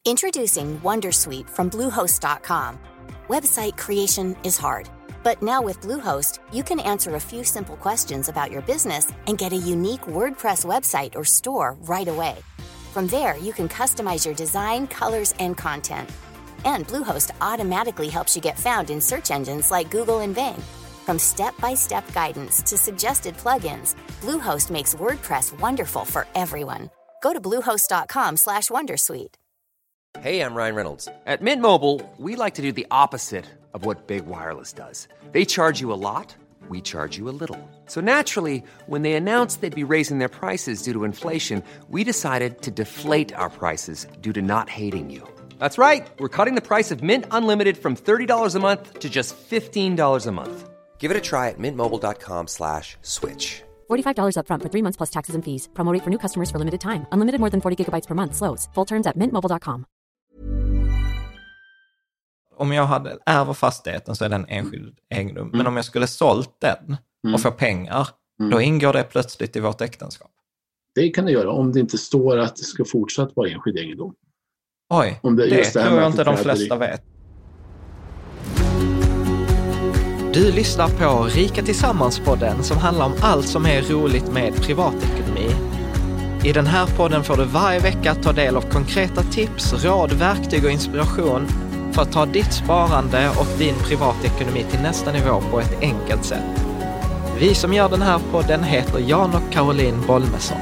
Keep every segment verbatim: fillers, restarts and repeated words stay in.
Introducing Wondersuite from Bluehost dot com. Website creation is hard, but now with Bluehost, you can answer a few simple questions about your business and get a unique WordPress website or store right away. From there, you can customize your design, colors, and content. And Bluehost automatically helps you get found in search engines like Google and Bing. From step-by-step guidance to suggested plugins, Bluehost makes WordPress wonderful for everyone. Go to bluehost dot com slash wondersuite. Hey, I'm Ryan Reynolds. At Mint Mobile, we like to do the opposite of what Big Wireless does. They charge you a lot, we charge you a little. So naturally, when they announced they'd be raising their prices due to inflation, we decided to deflate our prices due to not hating you. That's right. We're cutting the price of Mint Unlimited from thirty dollars a month to just fifteen dollars a month. Give it a try at mintmobile.com slash switch. forty-five dollars up front for three months plus taxes and fees. Promo rate for new customers for limited time. Unlimited more than forty gigabytes per month slows. Full terms at mint mobile dot com. Om jag hade ärver fastigheten så är den enskild egendom. Mm. Men om jag skulle sålt den och mm. få pengar, mm. då ingår det plötsligt i vårt äktenskap. Det kan det göra om det inte står att det ska fortsatt vara enskild egendom. Oj, om det, det, det tror jag inte de flesta i... vet. Du lyssnar på Rika Tillsammans-podden som handlar om allt som är roligt med privatekonomi. I den här podden får du varje vecka ta del av konkreta tips, råd, verktyg och inspiration för att ta ditt sparande och din privatekonomi till nästa nivå på ett enkelt sätt. Vi som gör den här podden heter Jan och Caroline Bolmesson.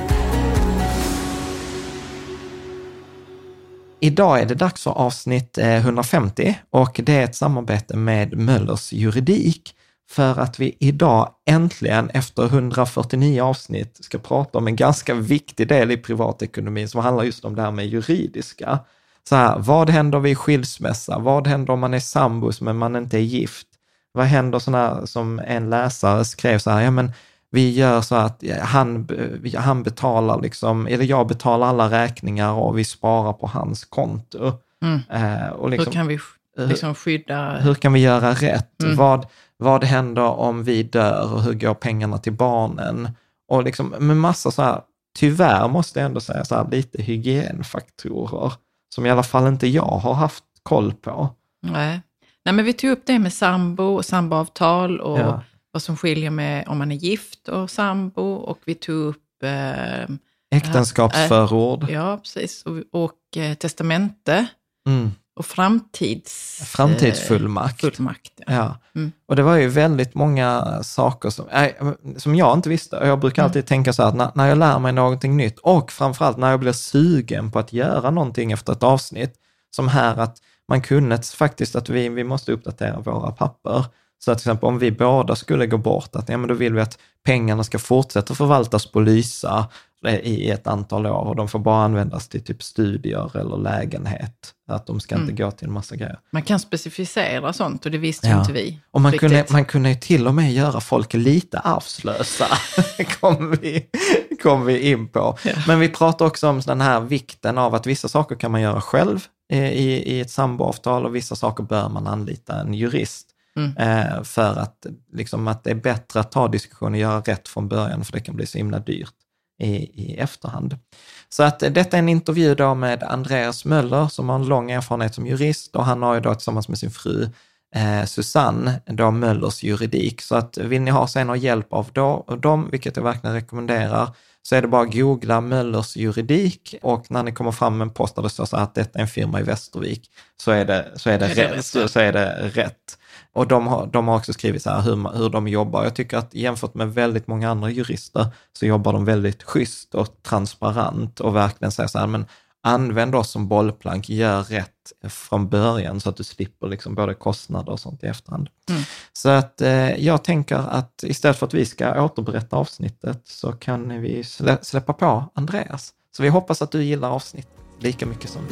Idag är det dags för avsnitt hundrafemtio och det är ett samarbete med Möllers Juridik för att vi idag äntligen efter hundrafyrtionio avsnitt ska prata om en ganska viktig del i privatekonomin som handlar just om det här med juridiska. Så här, vad händer vid skilsmässa? Vad händer om man är sambos men man inte är gift? Vad händer sådana som en läsare skrev så här, ja men vi gör så att han, han betalar liksom, eller jag betalar alla räkningar och vi sparar på hans konto. Mm. Eh, och liksom, hur kan vi liksom skydda... Hur kan vi göra rätt? Mm. Vad, vad händer om vi dör och hur går pengarna till barnen? Och liksom med massa så här, tyvärr måste jag ändå säga så här, lite hygienfaktorer som i alla fall inte jag har haft koll på. Nej, Nej men vi tog upp det med sambo och samboavtal och ja. vad som skiljer med om man är gift och sambo, och vi tog upp eh, äktenskapsförord. Äh, ja, precis. Och, och eh, testamente mm. och framtids, framtidsfullmakt. Eh, fullmakt, ja. Ja. Mm. Och det var ju väldigt många saker som, äh, som jag inte visste. Och jag brukar alltid mm. tänka så här att när, när jag lär mig någonting nytt och framförallt när jag blir sugen på att göra någonting efter ett avsnitt, som här att man kunde faktiskt att vi, vi måste uppdatera våra papper. Så att till exempel om vi båda skulle gå bort, att ja, men då vill vi att pengarna ska fortsätta förvaltas på Lysa i ett antal år och de får bara användas till typ studier eller lägenhet. Att de ska inte mm. gå till en massa grejer. Man kan specificera sånt och det visste ja. inte vi. Och man kunde, man kunde ju till och med göra folk lite arvslösa. kom, vi, kom vi in på. Ja. Men vi pratar också om den här vikten av att vissa saker kan man göra själv i, i ett samboavtal och vissa saker bör man anlita en jurist. Mm. Eh, för att, liksom, att det är bättre att ta diskussion och göra rätt från början, för det kan bli så himla dyrt i, i efterhand. Så att eh, detta är en intervju då med Andreas Möller som har en lång erfarenhet som jurist, och han har ju då tillsammans med sin fru eh, Susanne då Möllers Juridik. Så att vill ni ha sen och hjälp av då, dem, vilket jag verkligen rekommenderar, så är det bara att googla Möllers Juridik, och när ni kommer fram med en post där det står så att detta är en firma i Västervik, så är det, så är det, är det rätt, så, så är det rätt. Och de har, de har också skrivit så här hur, hur de jobbar. Jag tycker att jämfört med väldigt många andra jurister så jobbar de väldigt schysst och transparent och verkligen säger så här, men använd oss som bollplank, gör rätt från början så att du slipper liksom både kostnader och sånt i efterhand. Mm. Så att eh, jag tänker att istället för att vi ska återberätta avsnittet så kan vi slä, släppa på Andreas. Så vi hoppas att du gillar avsnittet lika mycket som vi.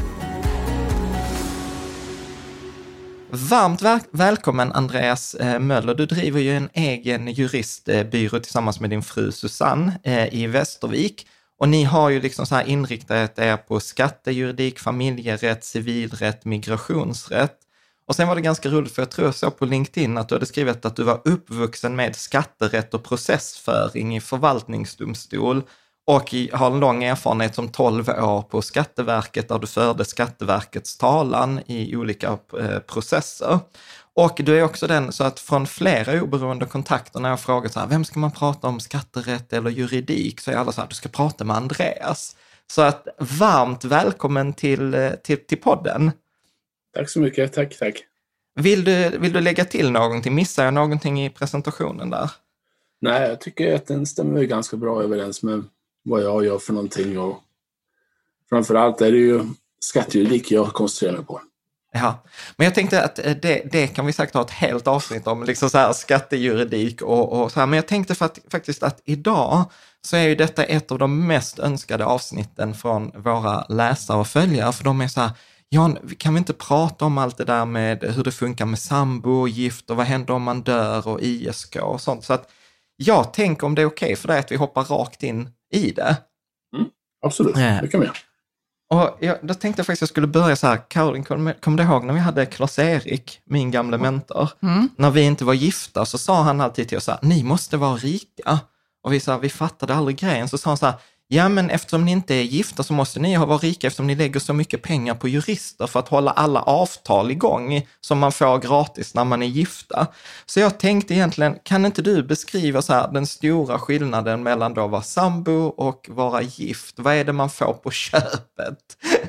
Varmt väl- välkommen Andreas eh, Möller. Du driver ju en egen juristbyrå tillsammans med din fru Susanne eh, i Västervik. Och ni har ju liksom så här inriktat er på skattejuridik, familjerätt, civilrätt, migrationsrätt. Och sen var det ganska roligt, för jag tror jag såg på LinkedIn att du hade skrivit att du var uppvuxen med skatterätt och processföring i förvaltningsdomstol och har en lång erfarenhet som tolv år på Skatteverket där du förde Skatteverkets talan i olika eh, processer. Och du är också den så att från flera oberoende kontakter när jag frågar så här, vem ska man prata om skatterätt eller juridik, så är alla så här, du ska prata med Andreas. Så att varmt välkommen till, till, till podden. Tack så mycket, tack, tack. Vill du, vill du lägga till någonting? Missar jag någonting i presentationen där? Nej, jag tycker att den stämmer ganska bra överens med vad jag gör för någonting. Och framförallt är det ju skattejuridik jag koncentrerar mig på. Ja, men jag tänkte att det, det kan vi säkert ha ett helt avsnitt om, liksom så här skattejuridik och, och så här. Men jag tänkte för att, faktiskt att idag så är ju detta ett av de mest önskade avsnitten från våra läsare och följare. För de är så här, Jan, kan vi inte prata om allt det där med hur det funkar med sambo och gift och vad händer om man dör och I S K och sånt. Så att jag tänker om det är okej för dig att vi hoppar rakt in i det. Mm, absolut, det kan vi göra. Och jag, då tänkte jag faktiskt att jag skulle börja så här, Caroline, kom, kom du ihåg när vi hade Claes-Erik, min gamla mentor? Mm. När vi inte var gifta så sa han alltid till oss så här, ni måste vara rika. Och vi, så här, vi fattade aldrig grejen. Så sa han så här, ja men eftersom ni inte är gifta så måste ni ha vara rika eftersom ni lägger så mycket pengar på jurister för att hålla alla avtal igång som man får gratis när man är gifta. Så jag tänkte egentligen, kan inte du beskriva så här, den stora skillnaden mellan då vara sambo och vara gift? Vad är det man får på köpet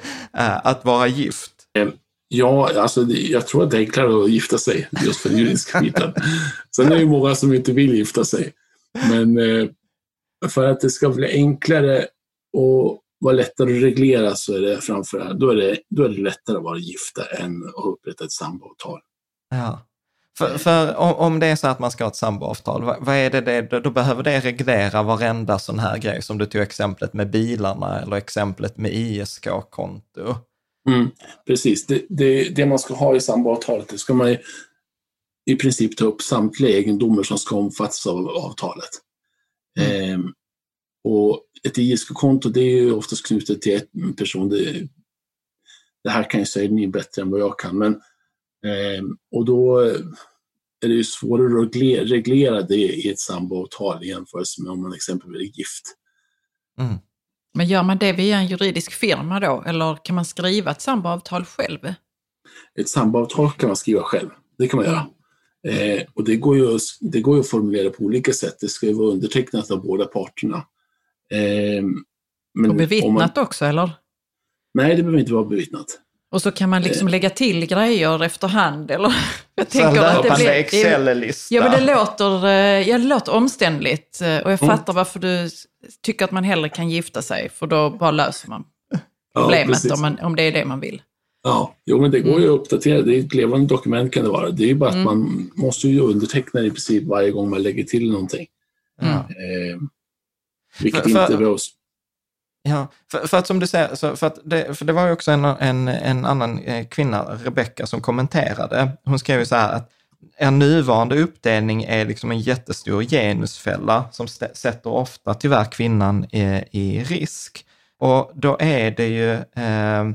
att vara gift? Ja, alltså jag tror att det är enklare att gifta sig just för den juridiska biten. Sen är det ju många som inte vill gifta sig. Men för att det ska bli enklare och vara lättare att reglera så är det framförallt, då är det, då är det lättare att vara gifta än att upprätta ett samboavtal. Ja, för, för om, om det är så att man ska ha ett samboavtal, vad, vad är det, det då, då behöver det reglera varenda sån här grej som du tog exemplet med bilarna eller exemplet med I S K-konto. Mm, precis, det, det, det man ska ha i samboavtalet, det ska man i, i princip ta upp samtliga egendomar som ska omfattas av avtalet. Mm. Eh, och ett I S K-konto, det är ju oftast knutet till en person. Det, det här kan jag säga ni bättre än vad jag kan. Men, eh, och då är det ju svårare att reglera, reglera det i ett samboavtal i jämförelse med om man exempelvis är gift. Mm. Men gör man det via en juridisk firma då? Eller kan man skriva ett samboavtal själv? Ett samboavtal kan man skriva själv. Det kan man göra. Eh, och det går, ju, det går ju att formulera på olika sätt. Det ska ju vara undertecknat av båda parterna. Eh, men och bevittnat man, också, eller? Nej, det behöver inte vara bevittnat. Och så kan man liksom eh. lägga till grejer efterhand, eller? Jag tänker så att det blir Excel-lista. Ja, men det låter, ja, det låter omständligt. Och jag mm. fattar varför du tycker att man hellre kan gifta sig. För då bara löser man problemet ja, om, man, om det är det man vill. Ja, jo, men det går ju att uppdatera. Det är ett levande dokument kan det vara. Det är ju bara mm. att man måste ju underteckna i princip varje gång man lägger till någonting. Mm. Eh, vilket för, inte behövs. Ja, för, för att som du säger, så för, att det, för det var ju också en, en, en annan kvinna, Rebecca, som kommenterade. Hon skrev ju så här att en nuvarande uppdelning är liksom en jättestor genusfälla som st- sätter ofta tyvärr kvinnan i, i risk. Och då är det ju... Eh,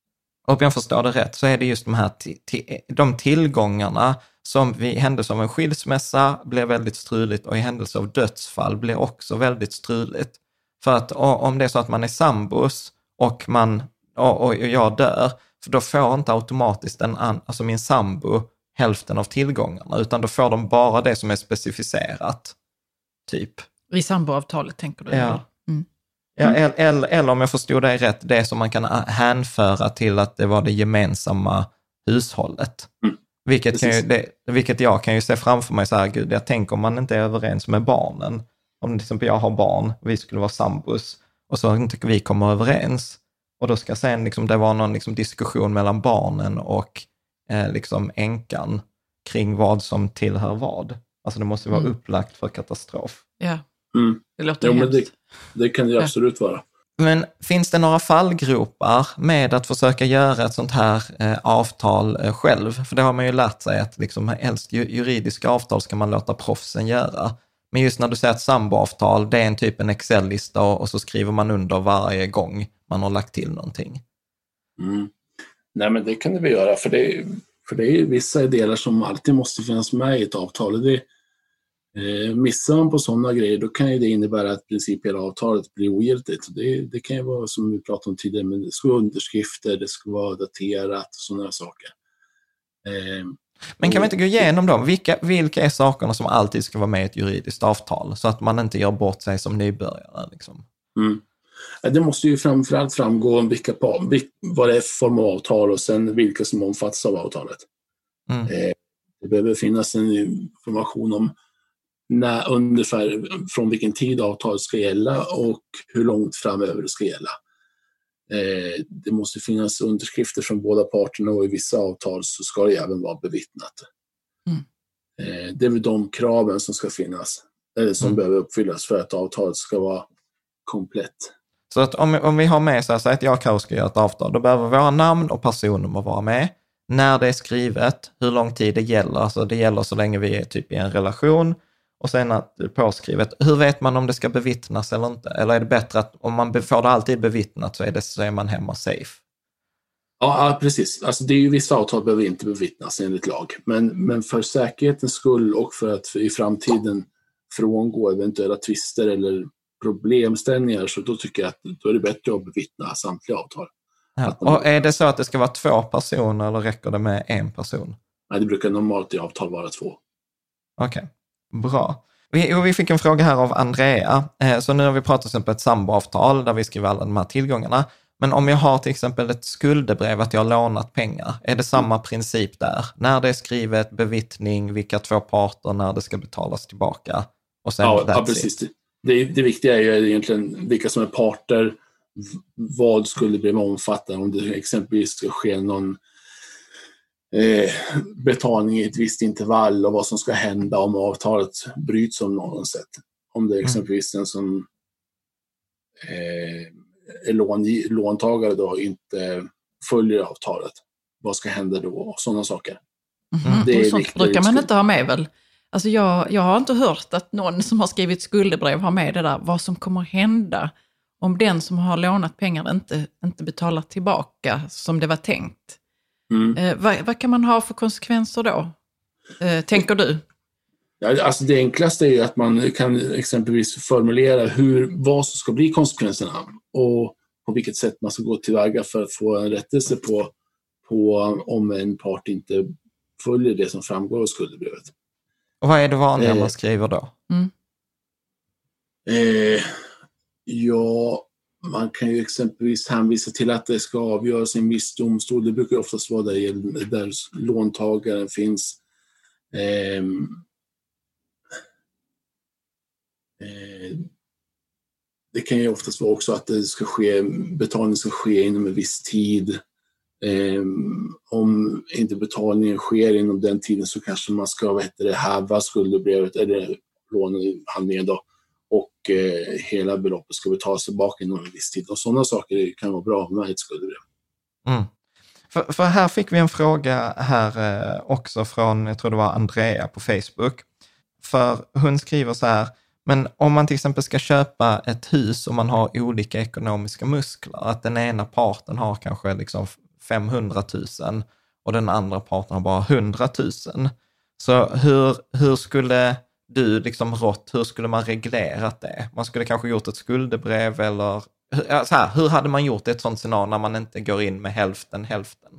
om jag förstår det rätt så är det just de här t- t- de tillgångarna som vid händelse av en skilsmässa blir väldigt struligt och i händelse av dödsfall blir också väldigt struligt. För att om det är så att man är sambos och, man, och, och jag dör, för då får inte automatiskt en an, alltså min sambo hälften av tillgångarna, utan då får de bara det som är specificerat. Typ. I samboavtalet tänker du? Ja. Mm. Ja, eller, eller om jag förstod det rätt, det som man kan hänföra till att det var det gemensamma hushållet. Mm. Vilket, kan ju, det, vilket jag kan ju se framför mig så här, gud, jag tänker om man inte är överens med barnen. Om till exempel jag har barn, vi skulle vara sambos och så inte vi kommer överens. Och då ska sen liksom, det vara någon liksom, diskussion mellan barnen och eh, liksom änkan kring vad som tillhör vad. Alltså det måste vara mm. upplagt för katastrof. Ja, mm. det låter ja, hemskt. Men det, det kan det absolut ja. vara. Men finns det några fallgropar med att försöka göra ett sånt här eh, avtal eh, själv? För det har man ju lärt sig att liksom, helst juridiska avtal ska man låta proffsen göra. Men just när du säger ett samboavtal, det är en typ en Excel-lista och, och så skriver man under varje gång man har lagt till någonting. Mm. Nej, men det kan det väl göra, för det, för det är vissa delar som alltid måste finnas med i ett avtal. Det, Eh, missar man på sådana grejer, då kan ju det innebära att princip hela avtalet blir ogiltigt. Det, det kan ju vara som vi pratade om tidigare, men det ska vara underskrifter, det ska vara daterat och sådana saker. Eh, men kan vi inte gå igenom dem? Vilka, vilka är sakerna som alltid ska vara med i ett juridiskt avtal så att man inte gör bort sig som nybörjare? Liksom? Mm. Det måste ju framförallt framgå vilka, vad det är för form av avtal och sen vilka som omfattas av avtalet. Mm. Eh, det behöver finnas en information om när, ungefär från vilken tid avtalet ska gälla och hur långt framöver det ska gälla. Eh, det måste finnas underskrifter från båda parterna och i vissa avtal så ska det även vara bevittnat. Mm. Eh, det är väl de kraven som ska finnas, eller som mm. behöver uppfyllas för att avtalet ska vara komplett. Så att om, om vi har med så, här, så att jag och Karo ska göra ett avtal, då behöver våra namn och personnummer vara med. När det är skrivet, hur lång tid det gäller, alltså det gäller så länge vi är typ i en relation. Och sen att påskrivet, hur vet man om det ska bevittnas eller inte? Eller är det bättre att om man får det alltid bevittnat så är, det, så är man hemma safe? Ja, ja, precis. Alltså det är ju vissa avtal behöver inte bevittnas enligt lag. Men, men för säkerhetens skull och för att i framtiden frångå eventuella tvister eller problemställningar, så då tycker jag att då är det bättre att bevittna samtliga avtal. Ja. Och är det så att det ska vara två personer eller räcker det med en person? Nej, det brukar normalt i avtal vara två. Okej, okay. Bra. Vi, och vi fick en fråga här av Andrea. Eh, så nu har vi pratat om ett samboavtal där vi skriver alla de här tillgångarna. Men om jag har till exempel ett skuldebrev att jag har lånat pengar, är det samma mm. princip där? När det är skrivet, bevittning, vilka två parter, när det ska betalas tillbaka? Och sen ja, ja, precis. Det, det viktiga är ju egentligen vilka som är parter, vad skulle bli omfattande, om det exempelvis ska ske någon eh, betalning i ett visst intervall och vad som ska hända om avtalet bryts om något sätt. Om det är exempelvis en som eh, är lån, låntagare då inte följer avtalet, vad ska hända då och sådana saker. Mm-hmm. Det är sånt brukar man inte ha med väl? Alltså jag, jag har inte hört att någon som har skrivit skuldebrev har med det där vad som kommer hända om den som har lånat pengar inte, inte betalar tillbaka som det var tänkt. Mm. Eh, vad, vad kan man ha för konsekvenser då? Eh, tänker du? Ja, alltså det enklaste är ju att man kan exempelvis formulera hur, vad som ska bli konsekvenserna och på vilket sätt man ska gå tillväga för att få en rättelse på, på om en part inte följer det som framgår av skuldebrevet. Och vad är det vanliga eh, man skriver då? Mm. Eh, ja, man kan ju exempelvis hänvisa till att det ska avgöras i en viss domstol. Det brukar oftast vara där, där låntagaren finns. Eh, eh, det kan ju oftast vara också att det ska ske, betalning ska ske inom en viss tid. Um, om inte betalningen sker inom den tiden så kanske man ska vad heter det, häva skuldebrevet eller lånehandlingen då och uh, hela beloppet ska betalas tillbaka inom en viss tid och sådana saker kan vara bra med ett skuldebrev. Mm. För, för här fick vi en fråga här eh, också från, jag tror det var Andrea på Facebook. För hon skriver så här, men om man till exempel ska köpa ett hus och man har olika ekonomiska muskler, att den ena parten har kanske liksom femhundratusen och den andra parten har bara hundratusen. Så hur, hur skulle du liksom rått, hur skulle man reglerat det? Man skulle kanske gjort ett skuldebrev eller så här, hur hade man gjort ett sånt scenario när man inte går in med hälften hälften?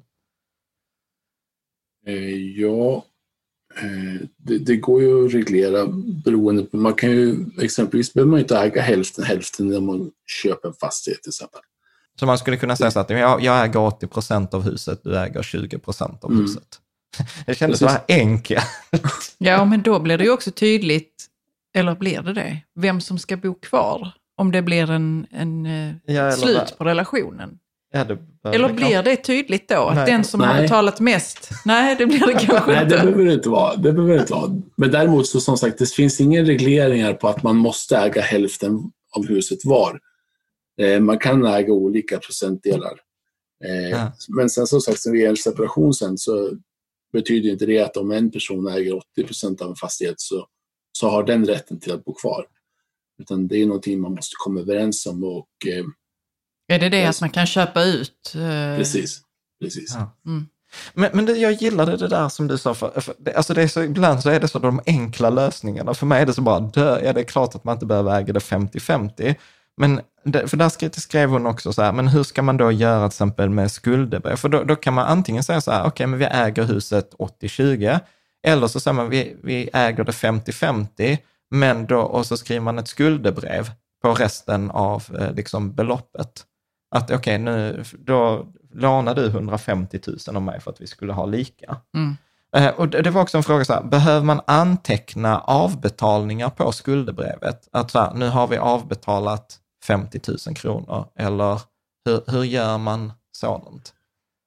Eh, ja, eh, det, det går ju att reglera beroende på, man kan ju exempelvis behöver man inte äga hälften hälften när man köper en fastighet till exempel. Så man skulle kunna säga så att jag, jag äger åttio procent av huset, du äger tjugo procent av mm. huset. Det kändes så här enkelt. Ja, men då blir det ju också tydligt, eller blir det det, vem som ska bo kvar om det blir en, en ja, slut det. på relationen. Ja, det eller det blir kan... det tydligt då, att nej. den som nej. har betalat mest, nej det blir det kanske nej, inte. Nej, det behöver det inte vara. Det behöver det inte vara. Men däremot så som sagt, det finns inga regleringar på att man måste äga hälften av huset var. Man kan äga olika procentdelar. Ja. Men sen som sagt, som vi är en separation sen så betyder inte det att om en person äger åttio procent av en fastighet så, så har den rätten till att bo kvar. Utan det är någonting man måste komma överens om. Och, är det det att man kan köpa ut? Precis. precis. Ja. Mm. Men, men det, jag gillade det där som du sa, för, för, det, alltså det är så, ibland så är det så de enkla lösningarna. För mig är det så bara, dö, ja, det är klart att man inte behöver äga det femtio femtio. Men, det, för där skrev, skrev hon också så här, men hur ska man då göra till exempel med skuldebrev? För då, då kan man antingen säga så här, okej, okay, men vi äger huset åttio tjugo, eller så säger man, vi, vi äger det femtio femtio, men då, och så skriver man ett skuldebrev på resten av eh, liksom beloppet. Att okej, okay, nu då lånar du hundrafemtio tusen av mig för att vi skulle ha lika. Mm. Eh, och det, det var också en fråga så här, behöver man anteckna avbetalningar på skuldebrevet? Att så här, nu har vi avbetalat femtio tusen kronor, eller hur, hur gör man sådant?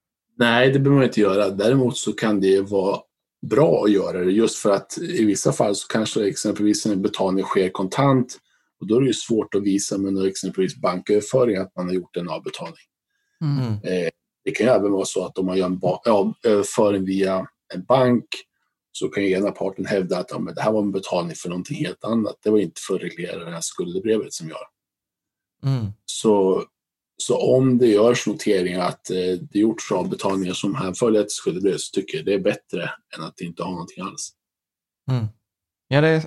Nej, det behöver man inte göra. Däremot så kan det vara bra att göra det, just för att i vissa fall så kanske exempelvis en betalning sker kontant, och då är det ju svårt att visa med exempelvis banköverföring att man har gjort en avbetalning. Mm. Eh, det kan ju även vara så att om man gör en ba- ja, överföring via en bank, så kan ju ena parten hävda att ja, men det här var en betalning för någonting helt annat. Det var inte för att reglera det här skuldebrevet som gör. Mm. Så, så om det görs noteringar att eh, det gjorts avbetalningar som här följer ett skuldebrev, så tycker jag det är bättre än att inte ha någonting alls. Mm. Ja, det är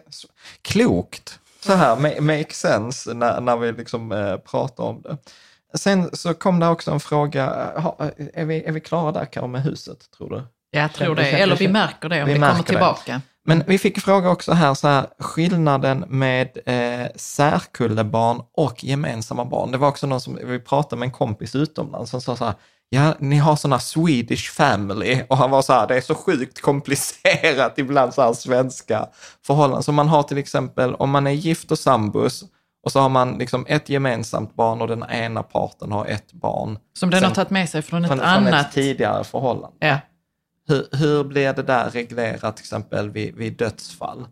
klokt. Så här, make sense när, när vi liksom eh, pratar om det. Sen så kom det också en fråga, ha, är, vi, är vi klara där Karo med huset, tror du? Jag tror det, eller vi märker det om vi det kommer tillbaka. Det. Men vi fick fråga också här, så här skillnaden med eh, särkullebarn och gemensamma barn. Det var också någon som, vi pratade med en kompis utomlands som sa så här, ja, ni har såna Swedish family, och han var så här, det är så sjukt komplicerat ibland så här svenska förhållanden. Så man har till exempel, om man är gift och sambus, och så har man liksom ett gemensamt barn och den ena parten har ett barn. Som den sen, har tagit med sig från ett från, annat. Från ett tidigare förhållande. Ja. Hur, hur blir det där reglerat till exempel vid, vid dödsfall?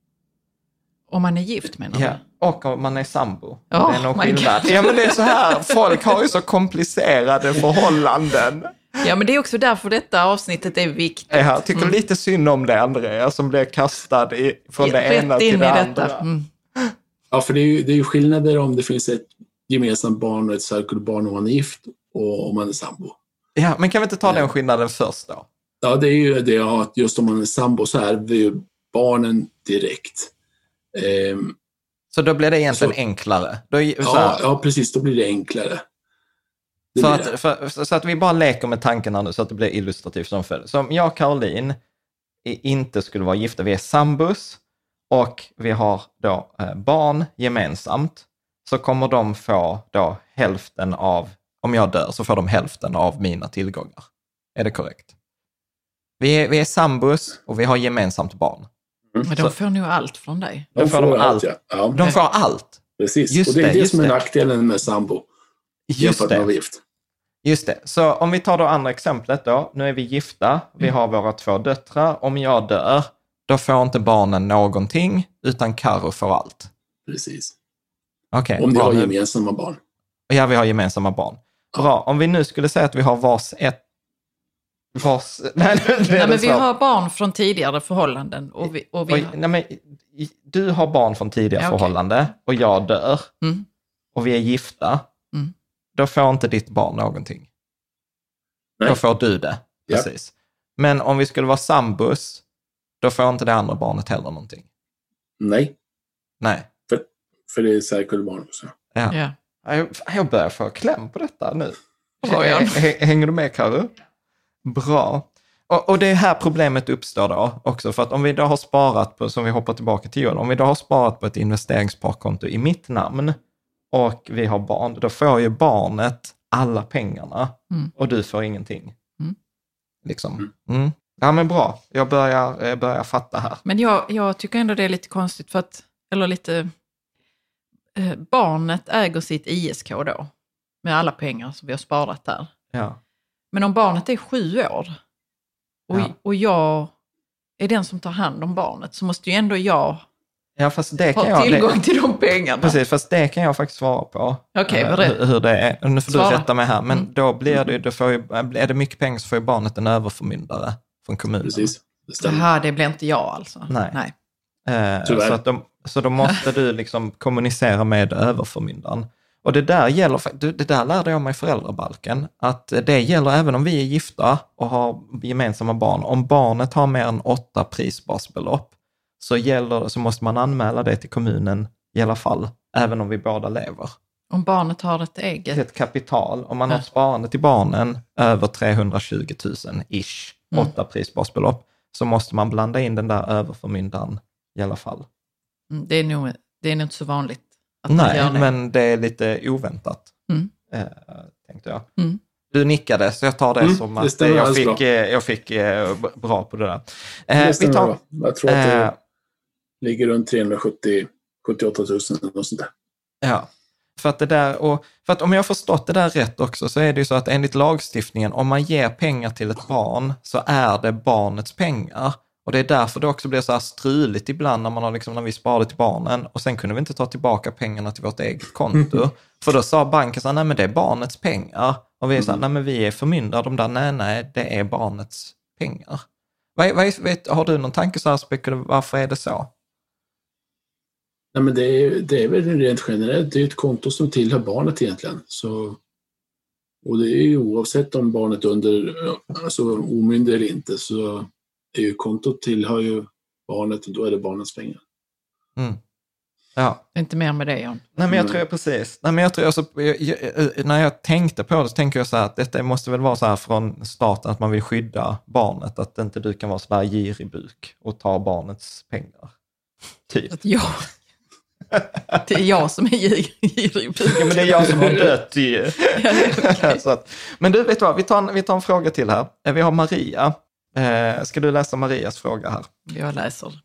Om man är gift, menar ja. du? Och om man är sambo. Oh, det är någon skillnad. Ja, men det är så här. Folk har ju så komplicerade förhållanden. Ja, men det är också därför detta avsnittet är viktigt. Ja, jag tycker mm. lite synd om det, Andrea, som blev kastad i, från det Rätt ena till det andra. Mm. Ja, för det är, ju, det är ju skillnader om det finns ett gemensamt barn och ett särkullbarn om man är gift och om man är sambo. Ja, men kan vi inte ta ja. den skillnaden först då? Ja, det är ju det att just om man är sambo så är det ju barnen direkt. Ehm, så då blir det egentligen så, enklare? Då, så ja, ja, precis. Då blir det enklare. Det för blir att, för, så att vi bara leker med tanken nu så att det blir illustrativt som följer. Så om jag och Caroline inte skulle vara gifta, vi är sambus och vi har då eh, barn gemensamt, så kommer de få då hälften av, om jag dör så får de hälften av mina tillgångar. Är det korrekt? Vi är, vi är sambus och vi har gemensamt barn. Mm. Men de får nog allt från dig. De får, de får allt, allt. Ja. De får allt. Precis, just och det är det, det som är det. nackdelen med sambo. Just det. Med gift. Just det. Så om vi tar då andra exemplet då. Nu är vi gifta, vi har våra två döttrar. Om jag dör, då får inte barnen någonting, utan Karo får allt. Precis. Okay, om ni har nu... gemensamma barn. Ja, vi har gemensamma barn. Ja. Bra. Om vi nu skulle säga att vi har vars ett Vars... Nej, nej, men vi har barn från tidigare förhållanden. Och vi, och vi och, har... nej, men, du har barn från tidigare ja, okay. förhållande och jag dör mm. och vi är gifta. Mm. Då får inte ditt barn någonting. Nej. Då får du det, ja. precis. Men om vi skulle vara sambus, då får inte det andra barnet heller någonting. Nej. Nej. För, för det är särkullbarn också. Ja. ja. Jag, jag börjar få kläm på detta nu. Hänger du med, Karo? Bra. Och, och det är här problemet uppstår då också, för att om vi då har sparat på, som vi hoppar tillbaka till Joel, om vi då har sparat på ett investeringssparkonto i mitt namn och vi har barn, då får ju barnet alla pengarna mm. och du får ingenting. Mm. Liksom. Mm. Ja, men bra. Jag börjar, jag börjar fatta här. Men jag, jag tycker ändå det är lite konstigt för att, eller lite, eh, barnet äger sitt I S K då med alla pengar som vi har sparat där. Ja. Men om barnet är sju år och, ja. och jag är den som tar hand om barnet, så måste ju ändå jag ja, fast det kan ha jag, tillgång det, till de pengarna. Precis, fast det kan jag faktiskt svara på. Okej, okay, hur, hur det är. Nu får svara. Du rätta mig här, men mm. då blir det, då får ju, är det mycket pengar så får ju barnet en överförmyndare från kommunen. Precis, det stämmer. Jaha, det blir inte jag alltså. Nej. Nej. Eh, så, att de, så då måste du liksom kommunicera med överförmyndaren. Och det där gäller, det där lärde jag mig i föräldrabalken, att det gäller även om vi är gifta och har gemensamma barn. Om barnet har mer än åtta prisbasbelopp så, gäller, så måste man anmäla det till kommunen i alla fall, även om vi båda lever. Om barnet har ett eget? Ett kapital. Om man har sparande till barnen över trehundratjugo tusen ish, mm. åtta prisbasbelopp, så måste man blanda in den där överförmyndaren i alla fall. Mm, det är nog, det är nog inte så vanligt. Nej, det. Men det är lite oväntat, mm. eh, tänkte jag. Mm. Du nickade, så jag tar det mm, som att det jag, fick, eh, jag fick eh, bra på det där. Eh, det vi tar, jag tror att det eh, ligger runt trehundrasjuttio sjuttioåtta tusen och sånt där. Ja, för att, det där, och, för att om jag har förstått det där rätt också, så är det ju så att enligt lagstiftningen, om man ger pengar till ett barn så är det barnets pengar. Och det är därför det också blir så här struligt ibland när, man har liksom, när vi sparade till barnen och sen kunde vi inte ta tillbaka pengarna till vårt eget konto. Mm. För då sa banken så här, nej men det är barnets pengar. Och vi är så här, nej men vi är förmyndare, de där, nej nej, det är barnets pengar. Vad, vad, vet, har du någon tanke så här, spekulerar, varför är det så? Nej men det är, det är väl rent generellt, det är ett konto som tillhör barnet egentligen. Så, och det är ju oavsett om barnet är under, alltså omyndig eller inte, så är ju kontot tillhör ju barnet och då är det barnets pengar. Mm. Ja. Inte mer med det, Jan. Nej, men jag tror jag precis. Nej, men jag tror alltså, jag, jag, när jag tänkte på det så tänker jag så här att detta måste väl vara så här från staten att man vill skydda barnet, att inte du kan vara så där girig buk och ta barnets pengar. Typ. Att jag... Det är jag som är girig buk. Ja, men det är jag som har dött ju. Ja, okay. Så att, men du, vet du vad, vi tar, en, vi tar en fråga till här. Vi har Maria. Eh, ska du läsa Marias fråga här? Jag läser.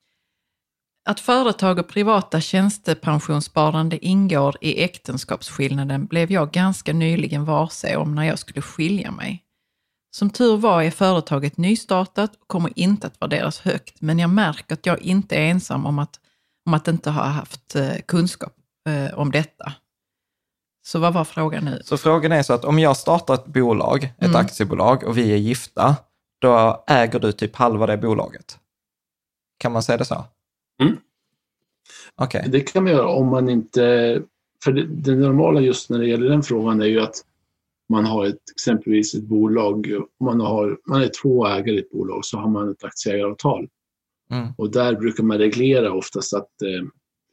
Att företag och privata tjänstepensionssparande ingår i äktenskapsskillnaden blev jag ganska nyligen varse om när jag skulle skilja mig. Som tur var är företaget nystartat och kommer inte att värderas högt, men jag märker att jag inte är ensam om att, om att inte ha haft eh, kunskap eh, om detta. Så vad var frågan nu? Så frågan är så att om jag startar ett bolag, ett mm. aktiebolag och vi är gifta, då äger du typ halva det bolaget. Kan man säga det så? Mm. Okej. Okay. Det kan man göra om man inte... För det, det normala just när det gäller den frågan är ju att man har ett, exempelvis ett bolag, man, har, man är två ägare i ett bolag, så har man ett aktieägaravtal. Mm. Och där brukar man reglera oftast att, eh,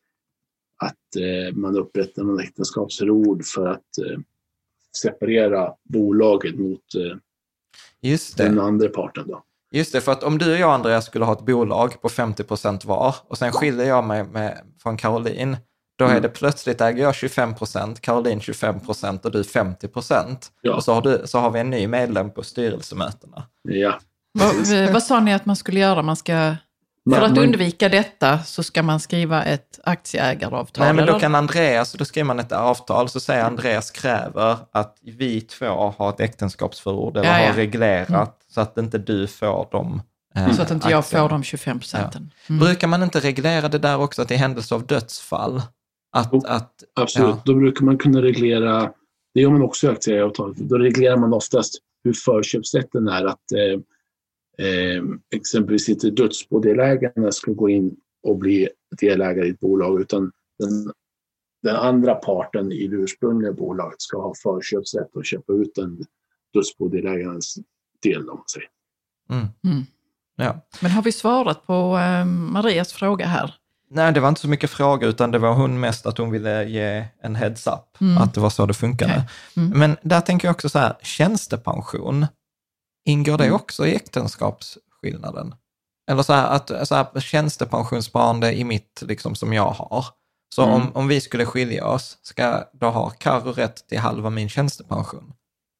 att eh, man upprättar en äktenskapsförord för att eh, separera bolaget mot eh, Just det. den andra parten då. Just det, för att om du och jag, Andreas, skulle ha ett bolag på femtio procent var och sen skiljer jag mig med, från Caroline, då mm. är det plötsligt äger jag tjugofem procent, Caroline tjugofem procent och du femtio procent. Ja. Och så har, du, så har vi en ny medlem på styrelsemötena. Ja. Vad, vad sa ni att man skulle göra? Man ska, för att undvika detta så ska man skriva ett aktieägaravtal? Nej, men eller? då kan Andreas, då skriver man ett avtal, så säger Andreas kräver att vi två har ett äktenskapsförord eller ja, ja. har reglerat mm. så att inte du får dem. Eh, så att inte jag får de tjugofem procenten. Ja. Mm. Brukar man inte reglera det där också, att i händelse av dödsfall? Att, och, att, absolut, ja. Då brukar man kunna reglera, det gör man också i aktieägaravtalet, då reglerar man oftast hur förköpsrätten är, att eh, Eh, exempelvis inte dödsbodelägarna ska gå in och bli delägare i ett bolag, utan den, den andra parten i det ursprungliga bolaget ska ha förköpsrätt och köpa ut den dödsbodelägarens del, om man säger. Mm. Mm. Ja. Men har vi svarat på eh, Marias fråga här? Nej, det var inte så mycket fråga, utan det var hon mest att hon ville ge en heads up, mm. att det var så det funkade. Okay. Mm. Men där tänker jag också så här, tjänstepension, ingår det också i äktenskapsskillnaden? Eller så här, att, så här tjänstepensionssparande i mitt, liksom som jag har. Så mm. om, om vi skulle skilja oss, ska då ha Karo rätt till halva min tjänstepension?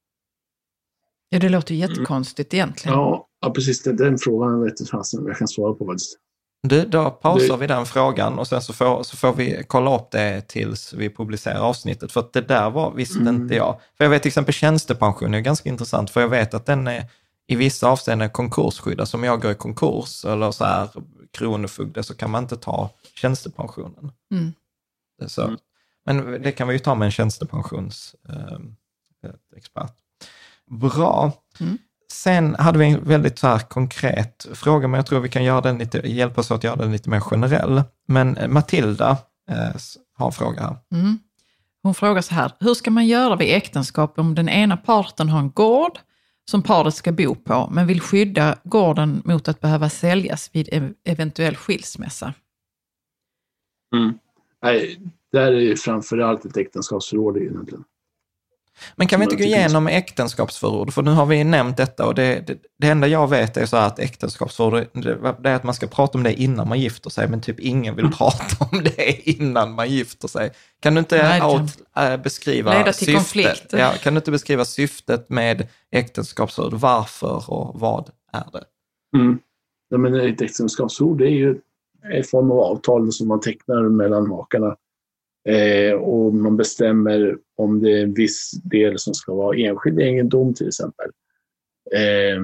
Ja, det låter jättekonstigt egentligen. Ja, ja precis. Det, den frågan vet jag inte jag kan svara på. Du, då pausar det... vi den frågan och sen så får, så får vi kolla upp det tills vi publicerar avsnittet. För att det där var, visste mm. inte jag. För jag vet till exempel tjänstepension är ganska intressant, för jag vet att den är i vissa avseenden konkursskyddad. Som jag går i konkurs eller så här kronofogde, så kan man inte ta tjänstepensionen. Mm. Så. Mm. Men det kan vi ju ta med en tjänstepensionsexpert. Eh, Bra. Mm. Sen hade vi en väldigt så här konkret fråga, men jag tror vi kan göra den lite, hjälpa oss att göra den lite mer generell. Men Matilda eh, har en fråga här. Mm. Hon frågar så här, hur ska man göra vid äktenskap om den ena parten har en gård som paret ska bo på, men vill skydda gården mot att behöva säljas vid ev- eventuell skilsmässa? Mm. Nej, där är framförallt ett äktenskapsförord egentligen. Men kan vi inte gå igenom äktenskapsförord? För nu har vi nämnt detta och det, det, det enda jag vet är så att äktenskapsförord, det, det är att man ska prata om det innan man gifter sig, men typ ingen vill prata om det innan man gifter sig. Kan du inte Nej, kan out, äh, beskriva leda till syftet? Konflikt. Ja, kan du inte beskriva syftet med äktenskapsförord? Varför och vad är det? Mm. Ja, men ett äktenskapsförord det är ju en form av avtal som man tecknar mellan makarna. Eh, och man bestämmer om det är en viss del som ska vara enskild egendom till exempel. Eh,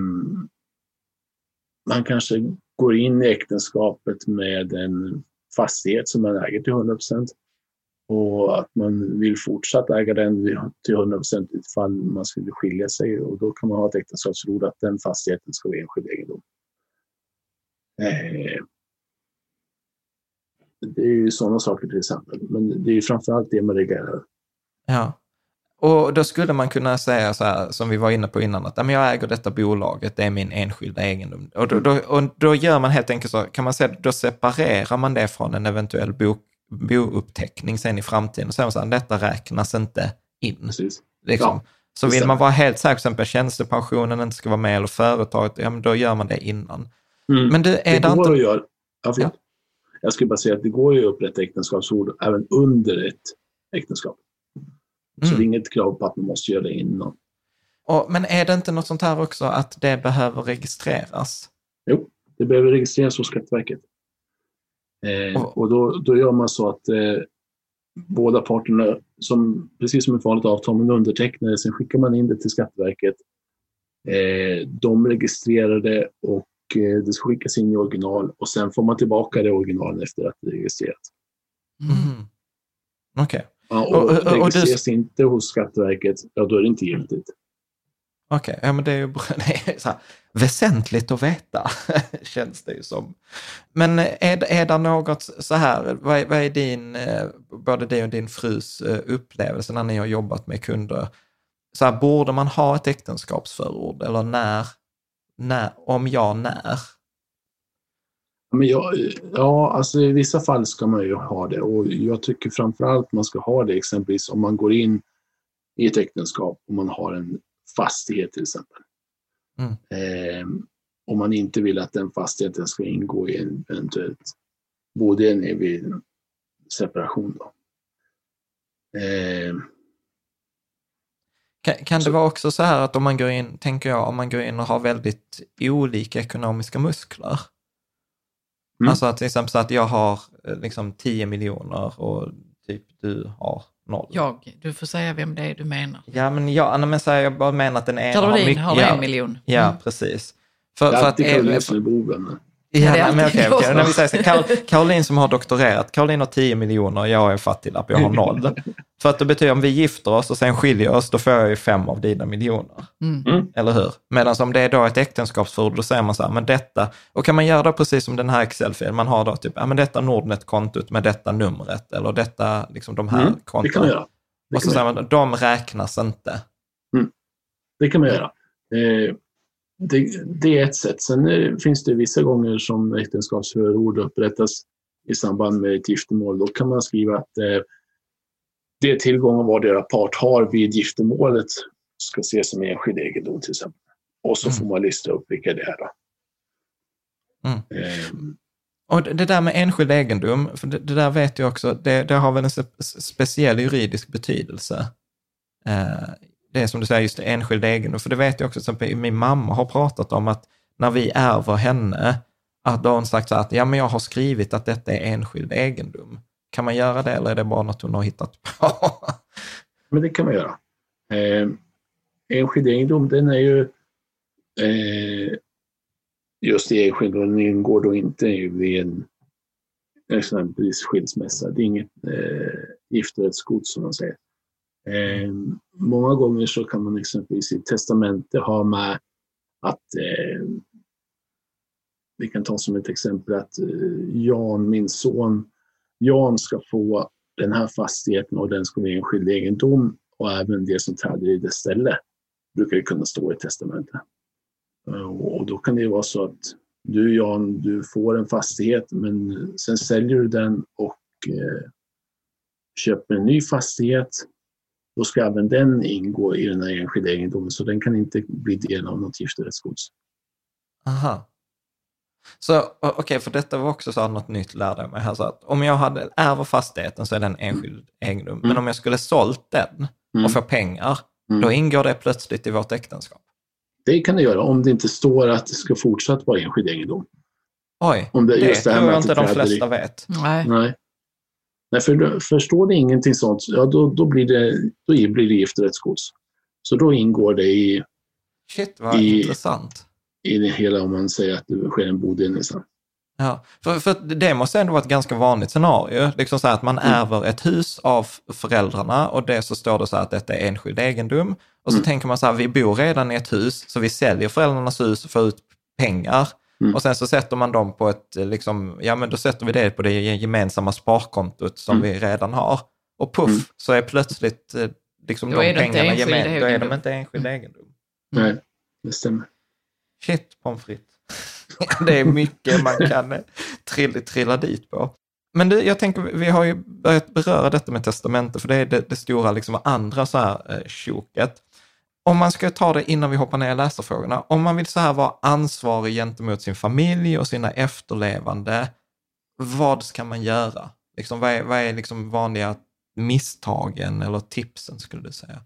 man kanske går in i äktenskapet med en fastighet som man äger till hundra procent och att man vill fortsatt äga den till hundra procent ifall man skulle skilja sig, och då kan man ha ett äktenskapsförord att den fastigheten ska vara enskild egendom. Eh, Det är ju sådana saker till exempel. Men det är ju framförallt det man reglerar. Ja. Och då skulle man kunna säga så här, som vi var inne på innan, att jag äger detta bolaget, det är min enskilda egendom. Och då, då, och då gör man helt enkelt så, kan man säga, då separerar man det från en eventuell bo, bouppteckning sen i framtiden. Och säger man så här, detta räknas inte in. Precis. Liksom. Ja, så vill man vara helt säker, till exempel tjänstepensionen inte ska vara med eller företaget, ja men då gör man det innan. Mm. Men det är det det går inte... att göra. Ja, Ja. Jag skulle bara säga att det går ju att upprätta äktenskapsord även under ett äktenskap. Så Mm. det är inget krav på att man måste göra det innan. Och, men är det inte något sånt här också att det behöver registreras? Jo, det behöver registreras hos Skatteverket. Eh, och och då, då gör man så att eh, båda parterna, som, precis som ett vanligt avtal, man undertecknar det, sen skickar man in det till Skatteverket. Eh, de registrerar det och det ska skickas in i original och sen får man tillbaka det originalen efter att det är registrerat. Mm. Okej. Okay. Ja, och, och, och registreras du... inte hos Skatteverket, ja då är det inte giltigt. Okej, okay. Ja men det är ju det är så här, väsentligt att veta, känns det ju som. Men är, är det något så här, vad är, vad är din, både din och din frus upplevelse när ni har jobbat med kunder? Så här, borde man ha ett äktenskapsförord eller när? När, om ja, när? Men ja, ja, alltså i vissa fall ska man ju ha det, och jag tycker framförallt man ska ha det exempelvis om man går in i ett äktenskap och man har en fastighet till exempel. Mm. Eh, om man inte vill att den fastigheten ska ingå i en eventuellt bodelning vid separation då. Eh, Kan, kan det vara också så här att om man går in, tänker jag, om man går in och har väldigt olika ekonomiska muskler. Mm. Alltså att till exempel så att jag har liksom tio miljoner och typ du har noll. Jag, du får säga vem det är du menar. Ja, men jag, men så här, jag bara menar att den ena Caroline har mycket. har en miljon. Ja, Mm. precis. För, jag för att Caroline som är boven. Ja, nej, men okej, okej. När vi säger så, Karol, Caroline som har doktorerat, Caroline har tio miljoner, jag är fattiglapp, jag har noll. För att det betyder om vi gifter oss och sen skiljer oss, då får jag ju fem av dina miljoner. Mm. Eller hur? Medan om det är då ett äktenskapsförord, då säger man så här, men detta, och kan man göra det precis som den här Excel-filen, man har då typ, ja men detta Nordnet-kontot med detta numret, eller detta, liksom de här mm, konton. Det kan man göra. Det och så säger man, de räknas inte. Mm. Det kan man göra. Eh, Det, det är ett sätt. Sen är, finns det vissa gånger som äktenskapsförord upprättas i samband med ett giftermål. Då kan man skriva att eh, det tillgångar vardera part har vid giftermålet ska ses som enskild egendom till exempel. Och så mm. får man lista upp vilka det är. Mm. Eh, Och det där med enskild egendom, för det, det där vet jag också, det, det har väl en speciell juridisk betydelse. Eh, Det är som du säger, just det, enskild egendom. För det vet jag också, som min mamma har pratat om att när vi ärver henne, att då har hon sagt så att ja, men jag har skrivit att detta är enskild egendom. Kan man göra det eller är det bara något hon har hittat på? Men det kan man göra. Eh, enskild egendom, den är ju eh, just i enskild, och den ingår då inte vid en exempelvis skilsmässa. Det är inget eh, giftorättsgods som man säger. Eh, många gånger så kan man exempelvis i testamente ha med att eh, vi kan ta som ett exempel att eh, Jan, min son Jan, ska få den här fastigheten och den ska vara enskild egendom och även det som träder i det ställe brukar ju kunna stå i testamentet. Och då kan det ju vara så att du, Jan, du får en fastighet men sen säljer du den och eh, köper en ny fastighet. Då ska även den ingå i den här enskilda egendomen så den kan inte bli del av något giftorättsgods. Aha. Så okej, okay, för detta var också så något nytt lärde jag mig här. Så att om jag hade ärver fastigheten så är den enskild egendom. Mm. Men om jag skulle sålt den och mm. få pengar, mm. då ingår det plötsligt i vårt äktenskap. Det kan det göra om det inte står att det ska fortsatt vara enskild egendom. Oj, om det, det just det tror jag inte de flesta i... vet. Nej. Nej. Nej, för förstår det ingenting sånt, ja då, då blir det då blir det giftorättsgods. Så då ingår det i... Shit, vad i, intressant. I det hela om man säger att det sker en bodelning. Ja, för, för det måste ändå vara ett ganska vanligt scenario. Liksom så här att man mm. ärver ett hus av föräldrarna och det så står det så här att detta är enskild egendom. Och så mm. tänker man så här, vi bor redan i ett hus så vi säljer föräldrarnas hus och får ut pengar. Mm. Och sen så sätter man dem på ett, liksom, ja men då sätter vi det på det gemensamma sparkontot som mm. vi redan har. Och puff, mm. så är plötsligt liksom då de är pengarna gemensamma. Då är de inte enskild mm. egendom. Nej, det stämmer. Shit, pommes frites. Det är mycket man kan trilla, trilla dit på. Men det, jag tänker, vi har ju börjat beröra detta med testamente, för det är det, det stora liksom andra så här eh, tjoket. Om man ska ta det innan vi hoppar ner i läsarfrågorna, om man vill så här vara ansvarig gentemot sin familj och sina efterlevande, vad ska man göra? Liksom, vad är, vad är liksom vanliga misstagen eller tipsen skulle du säga?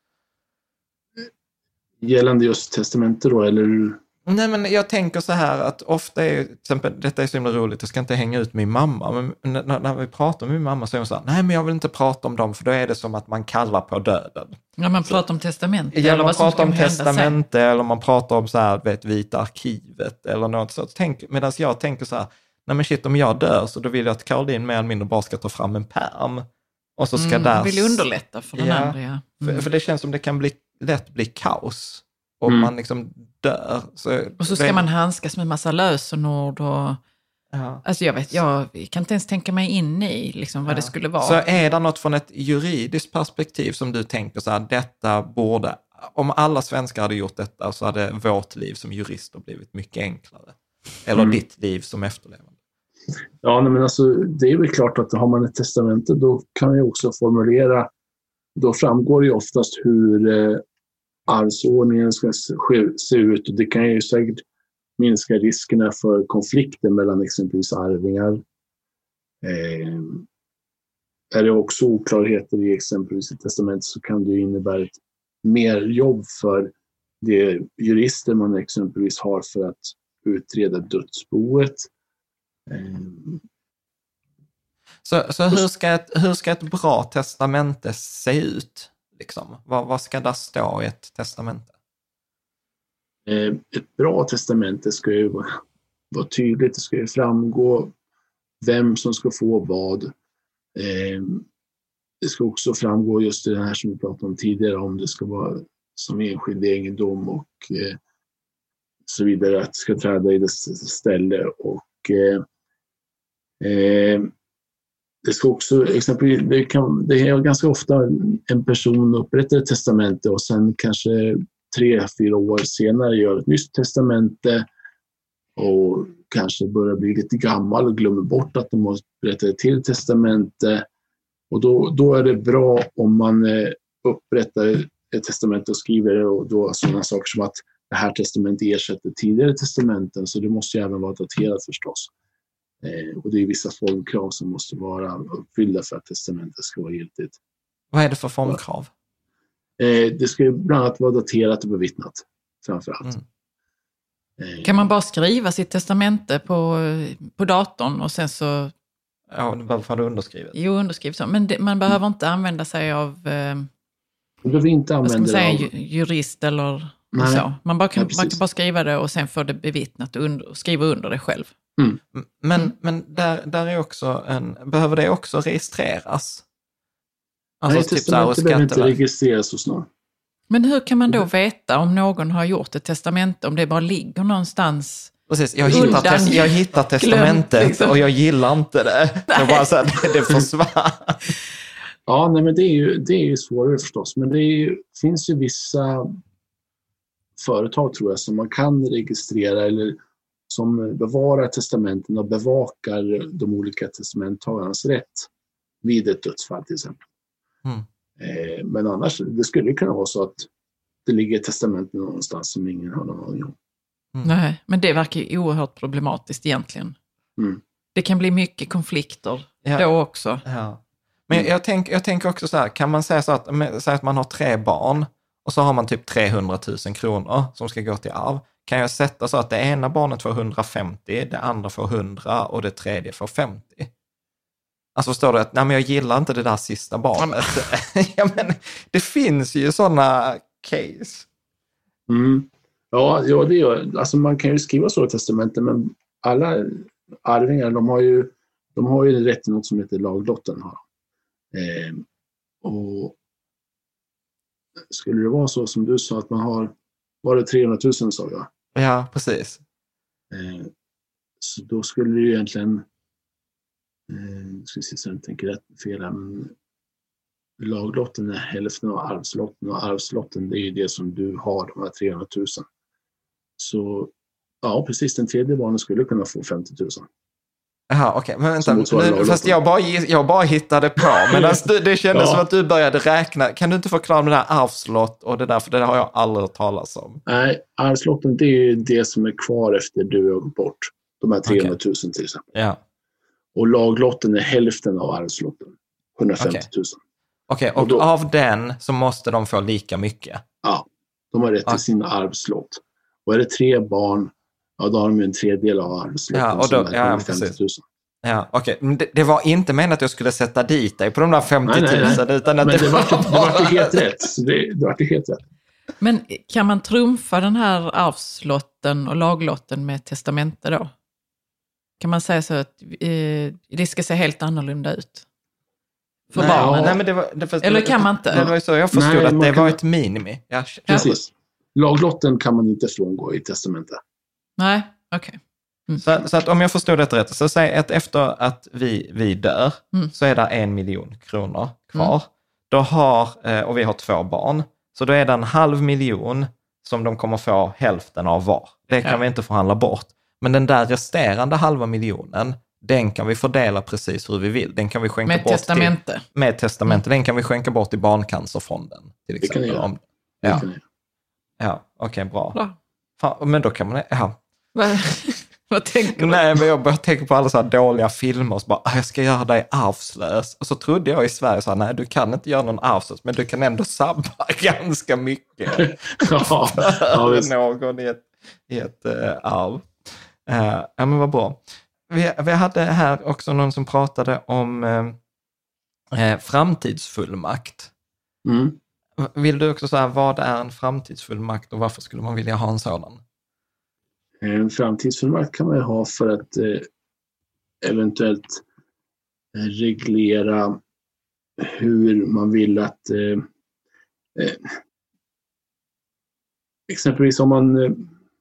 Gällande just testamente då, eller? Nej, men jag tänker så här att ofta är, till exempel, detta är så himla roligt, jag ska inte hänga ut min mamma, men när, när vi pratar med min mamma så är hon så här, nej men jag vill inte prata om dem för då är det som att man kallar på döden. Ja, man pratar om testamente. Ja, eller man vad som pratar om ska hända testamente sen. eller man pratar om så här, vet, Vita arkivet eller något så. Tänk, medan jag tänker så här, nej men shit, om jag dör så då vill jag att Caroline mer eller mindre bara ska ta fram en pärm. Och så ska mm, där... vill underlätta för den ja, andra, ja. Mm. För, för det känns som det kan bli, lätt bli kaos. Och mm. man liksom dör. Så och så ska det... man handskas med massa lösenord och... Ja. Alltså jag vet, jag kan inte ens tänka mig in i liksom vad ja. det skulle vara. Så är det något från ett juridiskt perspektiv som du tänker så här, detta borde... Om alla svenskar hade gjort detta så hade vårt liv som jurister blivit mycket enklare. Eller mm. ditt liv som efterlevande. Ja, men alltså det är väl klart att har man ett testamente då kan jag också formulera, då framgår det ju oftast hur eh, arvsordningen ska se ut och det kan ju säkert minska riskerna för konflikter mellan exempelvis arvingar. Eh, är det också oklarheter i exempelvis ett testament så kan det innebära ett mer jobb för de jurister man exempelvis har för att utreda dödsboet. Eh, Så, så hur, ska ett, hur ska ett bra testamente se ut? Liksom? Vad, vad ska där stå i ett testamente? Eh, ett bra testamente ska ju vara, vara tydligt. Det ska ju framgå vem som ska få vad. Eh, det ska också framgå just det här som vi pratade om tidigare, om det ska vara som enskild egendom och eh, så vidare, att det ska träda i dess ställe. Och eh, eh, det ska också, exempelvis, det, kan, det är ganska ofta en person upprättar ett testamente och sen kanske tre, fyra år senare gör ett nytt testamente och kanske börjar bli lite gammal och glömmer bort att de har upprättat ett till testamente. Och då, då är det bra om man upprättar ett testamente och skriver det, och då sådana saker som att det här testamentet ersätter tidigare testamenten, så det måste ju även vara daterat förstås. Eh, och det är vissa formkrav som måste vara uppfyllda för att testamentet ska vara giltigt. Vad är det för formkrav? Eh, det ska ju bland annat vara daterat och bevittnat, framförallt. Mm. Eh, kan man bara skriva sitt testamente på, på datorn och sen så... Ja, varför har du underskrivet? Jo, underskrivet så. Men det, man behöver inte använda sig av... Eh, man behöver inte använda vad ska man säga, av... jurist eller Nej. så. Man, bara kan, ja, man kan bara skriva det och sen få det bevittnat och, under, och skriva under det själv. Mm. Men, mm. men där, där är också en... Behöver det också registreras? Alltså, nej, typ testamentet behöver inte registreras så snart. Men hur kan man då veta om någon har gjort ett testamente, om det bara ligger någonstans Precis, jag hittar, tes- jag hittar testamentet glömt, liksom. Och jag gillar inte det. Jag bara så här, det, det försvann. Ja, nej, men det är ju, det är ju svårare förstås. Men det är ju, finns ju vissa företag tror jag som man kan registrera eller som bevarar testamenten och bevakar de olika testamenttagarnas rätt vid ett dödsfall till exempel. Mm. Eh, men annars, det skulle kunna vara så att det ligger testamenten någonstans som ingen har någon aning om. Mm. Nej, men det verkar ju oerhört problematiskt egentligen. Mm. Det kan bli mycket konflikter ja. Då också. Ja. Men mm. jag, tänk, jag tänker också så här, kan man säga så att, säga att man har tre barn och så har man typ trehundratusen kronor som ska gå till arv. Kan jag sätta så att det ena barnet får hundrafemtio, det andra får hundra och det tredje får femtio? Alltså förstår du att nej, men jag gillar inte det där sista barnet. Ja, men det finns ju sådana case. Mm. Ja, ja, det gör, alltså man kan ju skriva så i testamenten, men alla arvingar, de har ju, de har ju rätt till något som heter laglotten. Eh, och skulle det vara så som du sa att man har, var det trehundratusen sa jag? Ja, precis. Eh, så då skulle det ju egentligen, eh, ska vi se så jag inte tänker rätt fel här, men laglotten är hälften av arvslotten och arvslotten det är ju det som du har, de här trehundratusen. Så ja, precis, den tredje barnen skulle kunna få femtio tusen. Jaha, okej. Okay. Men vänta, nu, fast jag bara, jag bara hittade på. Men alltså, det kändes ja. Som att du började räkna. Kan du inte förklara med det där arvslott och det där? För det har jag aldrig hört talas om. Nej, arvslotten det är ju det som är kvar efter du har gått bort. De här trehundratusen okay. till exempel. Ja. Och laglotten är hälften av arvslotten. hundrafemtio tusen. Okej, okay. okay, och, och av den så måste de få lika mycket? Ja, de har rätt till okay. sin arvslott. Och är det tre barn, ja då har de ju en tredjedel av arvslotten ja, och då, som är ja, femtio tusen. Ja, okej. Okay. Det, det var inte menat att jag skulle sätta dit dig på de där femtio tusen. Nej, nej, nej. Utan att men det, det var, det var helt rätt. Det, det var helt rätt. Men kan man trumfa den här arvslotten och laglotten med testamente då? Kan man säga så att eh, det ska se helt annorlunda ut? För nej, barnen? Nej, men det var, det, eller kan man inte? Det var ju så jag förstod nej, att det kan... var ett minimi. Ja, precis. Laglotten kan man inte frångå i testamentet. Nej, okej. Okay. Mm. Så, så att om jag förstod det rätt, så säg att efter att vi, vi dör mm. så är det en miljon kronor kvar. Mm. Då har, och vi har två barn, så då är det en halv miljon som de kommer få hälften av var. Det kan ja. vi inte förhandla bort. Men den där resterande halva miljonen, den kan vi fördela precis hur vi vill. Den kan vi skänka med bort testamente. Till, med testamente. Mm. Den kan vi skänka bort till Barncancerfonden till exempel. Det kan om, ja. ja, ja okej, okay, bra. bra. Fan, men då kan man... Ja. Vad tänker du? Nej, men jag började tänka på alla så här dåliga filmer och så bara, jag ska göra dig arvslös. Och så trodde jag i Sverige så här, nej du kan inte göra någon arvslös, men du kan ändå sabba ganska mycket. ja, ja, någon i ett, i ett uh, arv. Uh, ja, men vad bra. Vi, vi hade här också någon som pratade om uh, uh, framtidsfullmakt. Mm. Vill du också säga vad är en framtidsfullmakt och varför skulle man vilja ha en sådan? En framtidsfullmakt kan man ju ha för att eh, eventuellt eh, reglera hur man vill att eh, eh, exempelvis om man eh,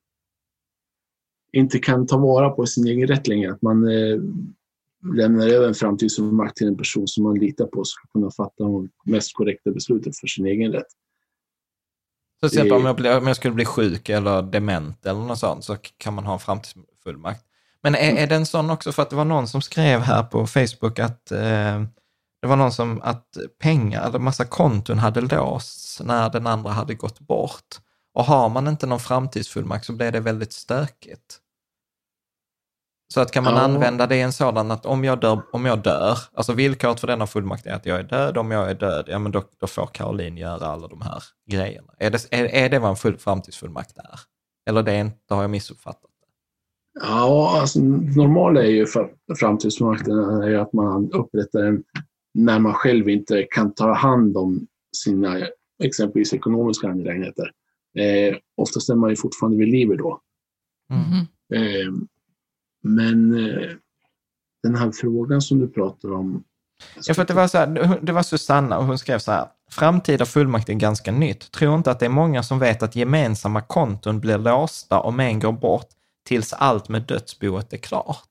inte kan ta vara på sin egen rätt längre, att man eh, lämnar över en framtidsfullmakt till en person som man litar på ska kunna fatta de mest korrekta beslutet för sin egen rätt. Så till exempel om jag, blir, om jag skulle bli sjuk eller dement eller något sånt så kan man ha en framtidsfullmakt. Men är, är det en sån också, för att det var någon som skrev här på Facebook att eh, det var någon som att pengar eller massa konton hade låsts när den andra hade gått bort. Och har man inte någon framtidsfullmakt så blir det väldigt stökigt. Så att kan man ja. använda det i en sådan att om jag dör, om jag dör, alltså villkoret för denna fullmakt är att jag är död, om jag är död, ja men då, då får Caroline göra alla de här grejerna. Är det, är, är det vad en full, framtidsfullmakt är? Eller det är inte, då har jag missuppfattat det? Ja, alltså normala är ju för framtidsfullmakten är att man upprättar en när man själv inte kan ta hand om sina exempelvis ekonomiska angelägenheter. Eh, oftast är man ju fortfarande vid livet då. Mm. Eh, Men eh, den här frågan som du pratar om... Ja, för att det var så här, det var Susanna och hon skrev så här: framtida fullmakt är ganska nytt. Tror inte att det är många som vet att gemensamma konton blir låsta om en går bort. tills allt med dödsboet är klart.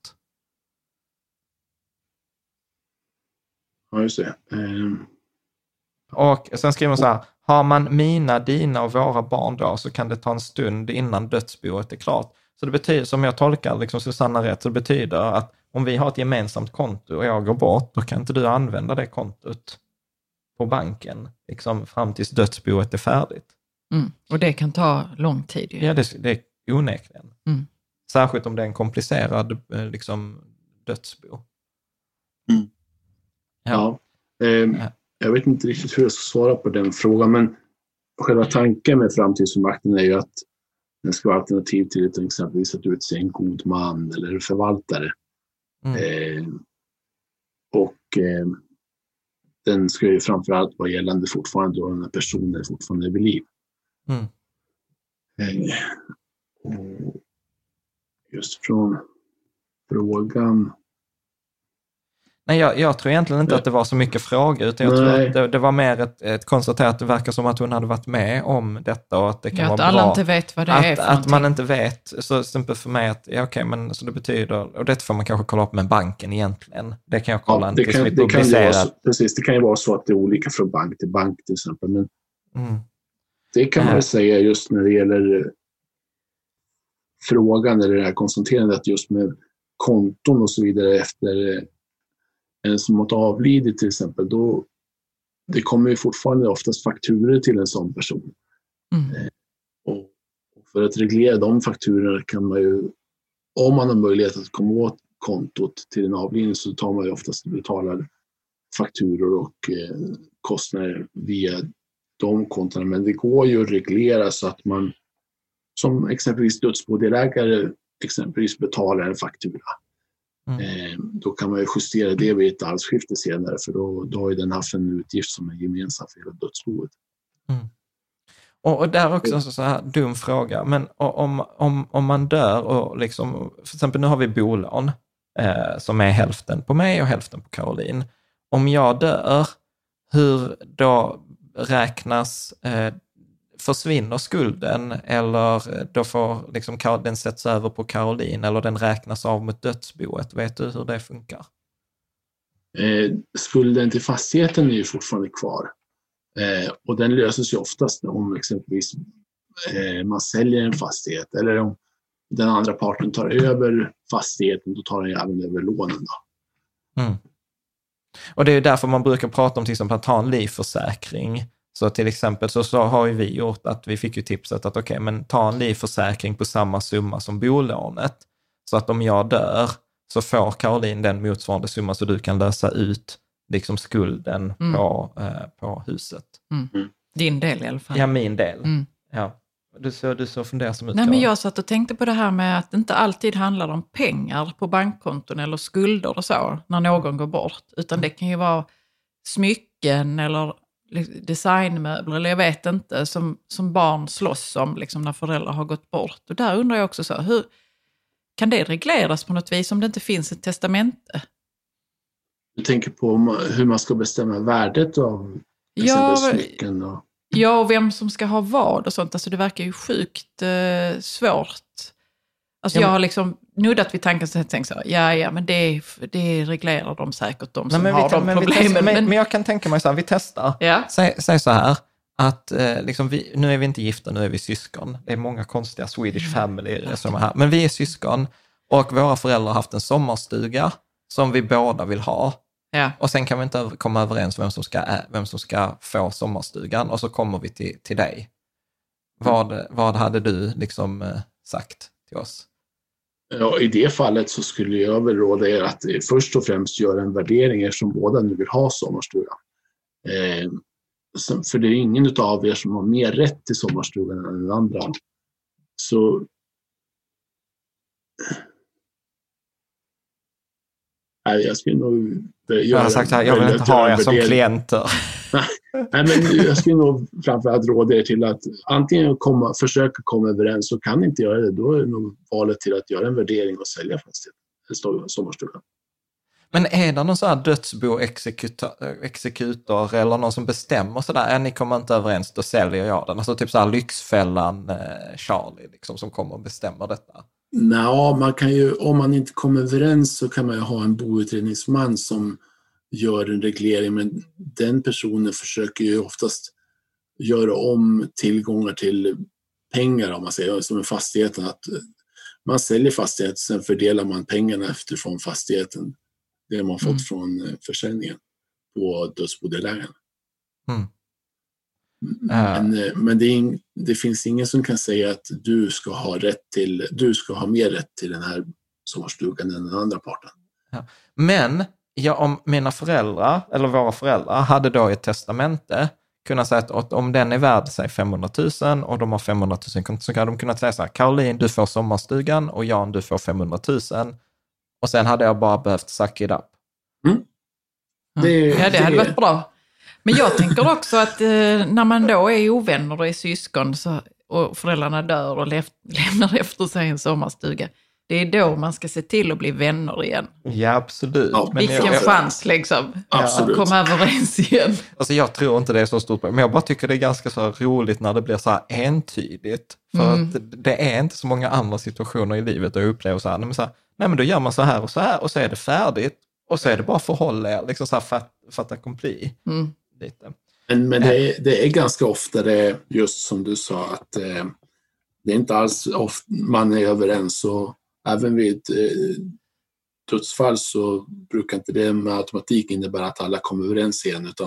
Ja, just det. Um... Och sen skriver man så här, har man mina, dina och våra barn då, så kan det ta en stund innan dödsboet är klart. Så det betyder, som jag tolkar liksom Susanna rätt, så det betyder att om vi har ett gemensamt konto och jag går bort, då kan inte du använda det kontot på banken liksom fram tills dödsboet är färdigt. Mm. Och det kan ta lång tid ju. Ja, det, det är onekligen. Mm. Särskilt om det är en komplicerad liksom, dödsbo. Mm. Ja. ja. Eh, jag vet inte riktigt hur jag ska svara på den frågan, men själva tanken med framtidsfullmakten är ju att den ska vara alternativ till, till exempelvis att utse en god man eller förvaltare. Mm. Eh, och eh, den ska ju framförallt vara gällande fortfarande då den här personen är fortfarande vid liv. Mm. Eh, och just från frågan... Nej, jag, jag tror egentligen inte att det var så mycket frågor, utan jag Nej. tror att det, det var mer ett, ett konstaterat, det verkar som att hon hade varit med om detta och att det kan ja, vara att bra. Att alla inte vet vad det att, är för Att någonting. man inte vet, så exempel för mig att, ja okej, okay, men så det betyder, och det får man kanske kolla upp med banken egentligen. Det kan jag kolla ja, en det tills kan, vi det publicerar. Kan ju vara så, precis, det kan ju vara så att det är olika från bank till bank till exempel, men mm. det kan man äh. väl säga just när det gäller frågan eller det här konstaterandet just med konton och så vidare efter en som har avlidit till exempel, då det kommer ju fortfarande oftast fakturer till en sån person. Mm. Eh, och för att reglera de fakturorna kan man ju, om man har möjlighet att komma åt kontot till en avlidning, så tar man ju oftast betalar fakturor och eh, kostnader via de kontona. Men det går ju att reglera så att man som exempelvis dödsbodelägare exempelvis betalar en faktura. Mm. Eh, då kan man ju justera det vid ett arvsskifte senare, för då, då har ju den haft en utgift som är gemensam för hela dödsboet. Mm. Och, och där också så här dum fråga, men om, om, om man dör och liksom, för exempel nu har vi bolån eh, som är hälften på mig och hälften på Caroline. Om jag dör, hur då räknas, eh, försvinner skulden eller då får liksom, den sätts över på Caroline eller den räknas av mot dödsboet? Vet du hur det funkar? Eh, skulden till fastigheten är ju fortfarande kvar. Eh, och den löses ju oftast om exempelvis eh, man säljer en fastighet eller om den andra parten tar över fastigheten, då tar den ju även över lånen då. Mm. Och det är därför man brukar prata om till exempel att ta en livförsäkring. Så till exempel så, så har ju vi gjort att vi fick ju tipset att okej, okay, men ta en livförsäkring på samma summa som bolånet. Så att om jag dör så får Caroline den motsvarande summa så du kan lösa ut liksom skulden mm. på, eh, på huset. Mm. Mm. Din del i alla fall. Ja, min del. Mm. Ja. Du så, du så funderar som ut. Nej, men jag satt och tänkte på det här med att det inte alltid handlar om pengar på bankkonton eller skulder och så när någon går bort. Utan det kan ju vara smycken eller designmöbler eller jag vet inte som, som barn slåss om liksom, när föräldrar har gått bort. Och där undrar jag också så, hur kan det regleras på något vis om det inte finns ett testamente? Du tänker på hur man ska bestämma värdet av ja, smycken och... ja, och vem som ska ha vad och sånt. Alltså det verkar ju sjukt eh, svårt. Alltså ja, jag har liksom nuddat vid tanken och tänkt så, ja, ja, men det, det reglerar de säkert, de som nej, har de men problemen. Testar, men, men jag kan tänka mig så här, vi testar. Ja. Säg, säg så här, att eh, liksom vi, nu är vi inte gifta, nu är vi syskon. Det är många konstiga Swedish family som är här. Men vi är syskon och våra föräldrar har haft en sommarstuga som vi båda vill ha. Ja. Och sen kan vi inte komma överens vem som ska, vem som ska få sommarstugan och så kommer vi till, till dig. Vad, vad hade du liksom sagt till oss? Ja, i det fallet så skulle jag väl råda er att först och främst göra en värdering eftersom båda nu vill ha sommarstugan. Eh, för det är ingen av er som har mer rätt till sommarstugan än den andra. Så nej, jag skulle nog göra jag har sagt så här, jag vill inte ha er som klienter. Nej, men jag skulle nog framförallt råda er till att antingen komma, försöka komma överens, så kan ni inte göra det, då är det nog valet till att göra en värdering och sälja fastigheten, sommarstugan. Men är det någon sån här dödsbo-exekutor eller någon som bestämmer sådär, är ni kommer inte överens, då säljer jag den? Alltså typ så här Lyxfällan eh, Charlie liksom, som kommer och bestämmer detta. Nej, man kan ju, om man inte kommer överens så kan man ju ha en boutredningsman som gör en reglering, men den personen försöker ju oftast göra om tillgångar till pengar, om man säger, som en fastigheten. Att man säljer fastigheten, sen fördelar man pengarna efterifrån fastigheten, det man fått mm. från försäljningen på dödsbodelägaren. Mm. Men, uh. men det, är in, det finns ingen som kan säga att du ska ha rätt till, du ska ha mer rätt till den här sommarstugan än den andra parten. Ja. Men ja, om mina föräldrar, eller våra föräldrar, hade då ett testamente kunnat säga att om den är värd sig femhundratusen och de har femhundratusen, så kan de kunna säga så här: Caroline, du får sommarstugan och Jan, du får femhundratusen. Och sen hade jag bara behövt suck it up. Mm. Det, ja, det hade varit bra. Men jag tänker också att eh, när man då är ovänner och är syskon så, och föräldrarna dör och lef- lämnar efter sig en sommarstuga, det är då man ska se till att bli vänner igen. Ja, absolut. Ja, men vilken jag, chans liksom absolut. Att komma överens igen. Alltså jag tror inte det är så stort, men jag bara tycker det är ganska så roligt när det blir så här entydigt. För mm. att det är inte så många andra situationer i livet att uppleva så här, men så här, nej men då gör man så här och så här och så är det färdigt och så är det bara förhålla er, liksom så här fatt, fatta kompli. Mm. Lite. Men, men det, är, det är ganska ofta det, just som du sa, att eh, det är inte alls ofta man är överens, och även vid eh, dödsfall så brukar inte det med automatik innebära att alla kommer överens igen, utan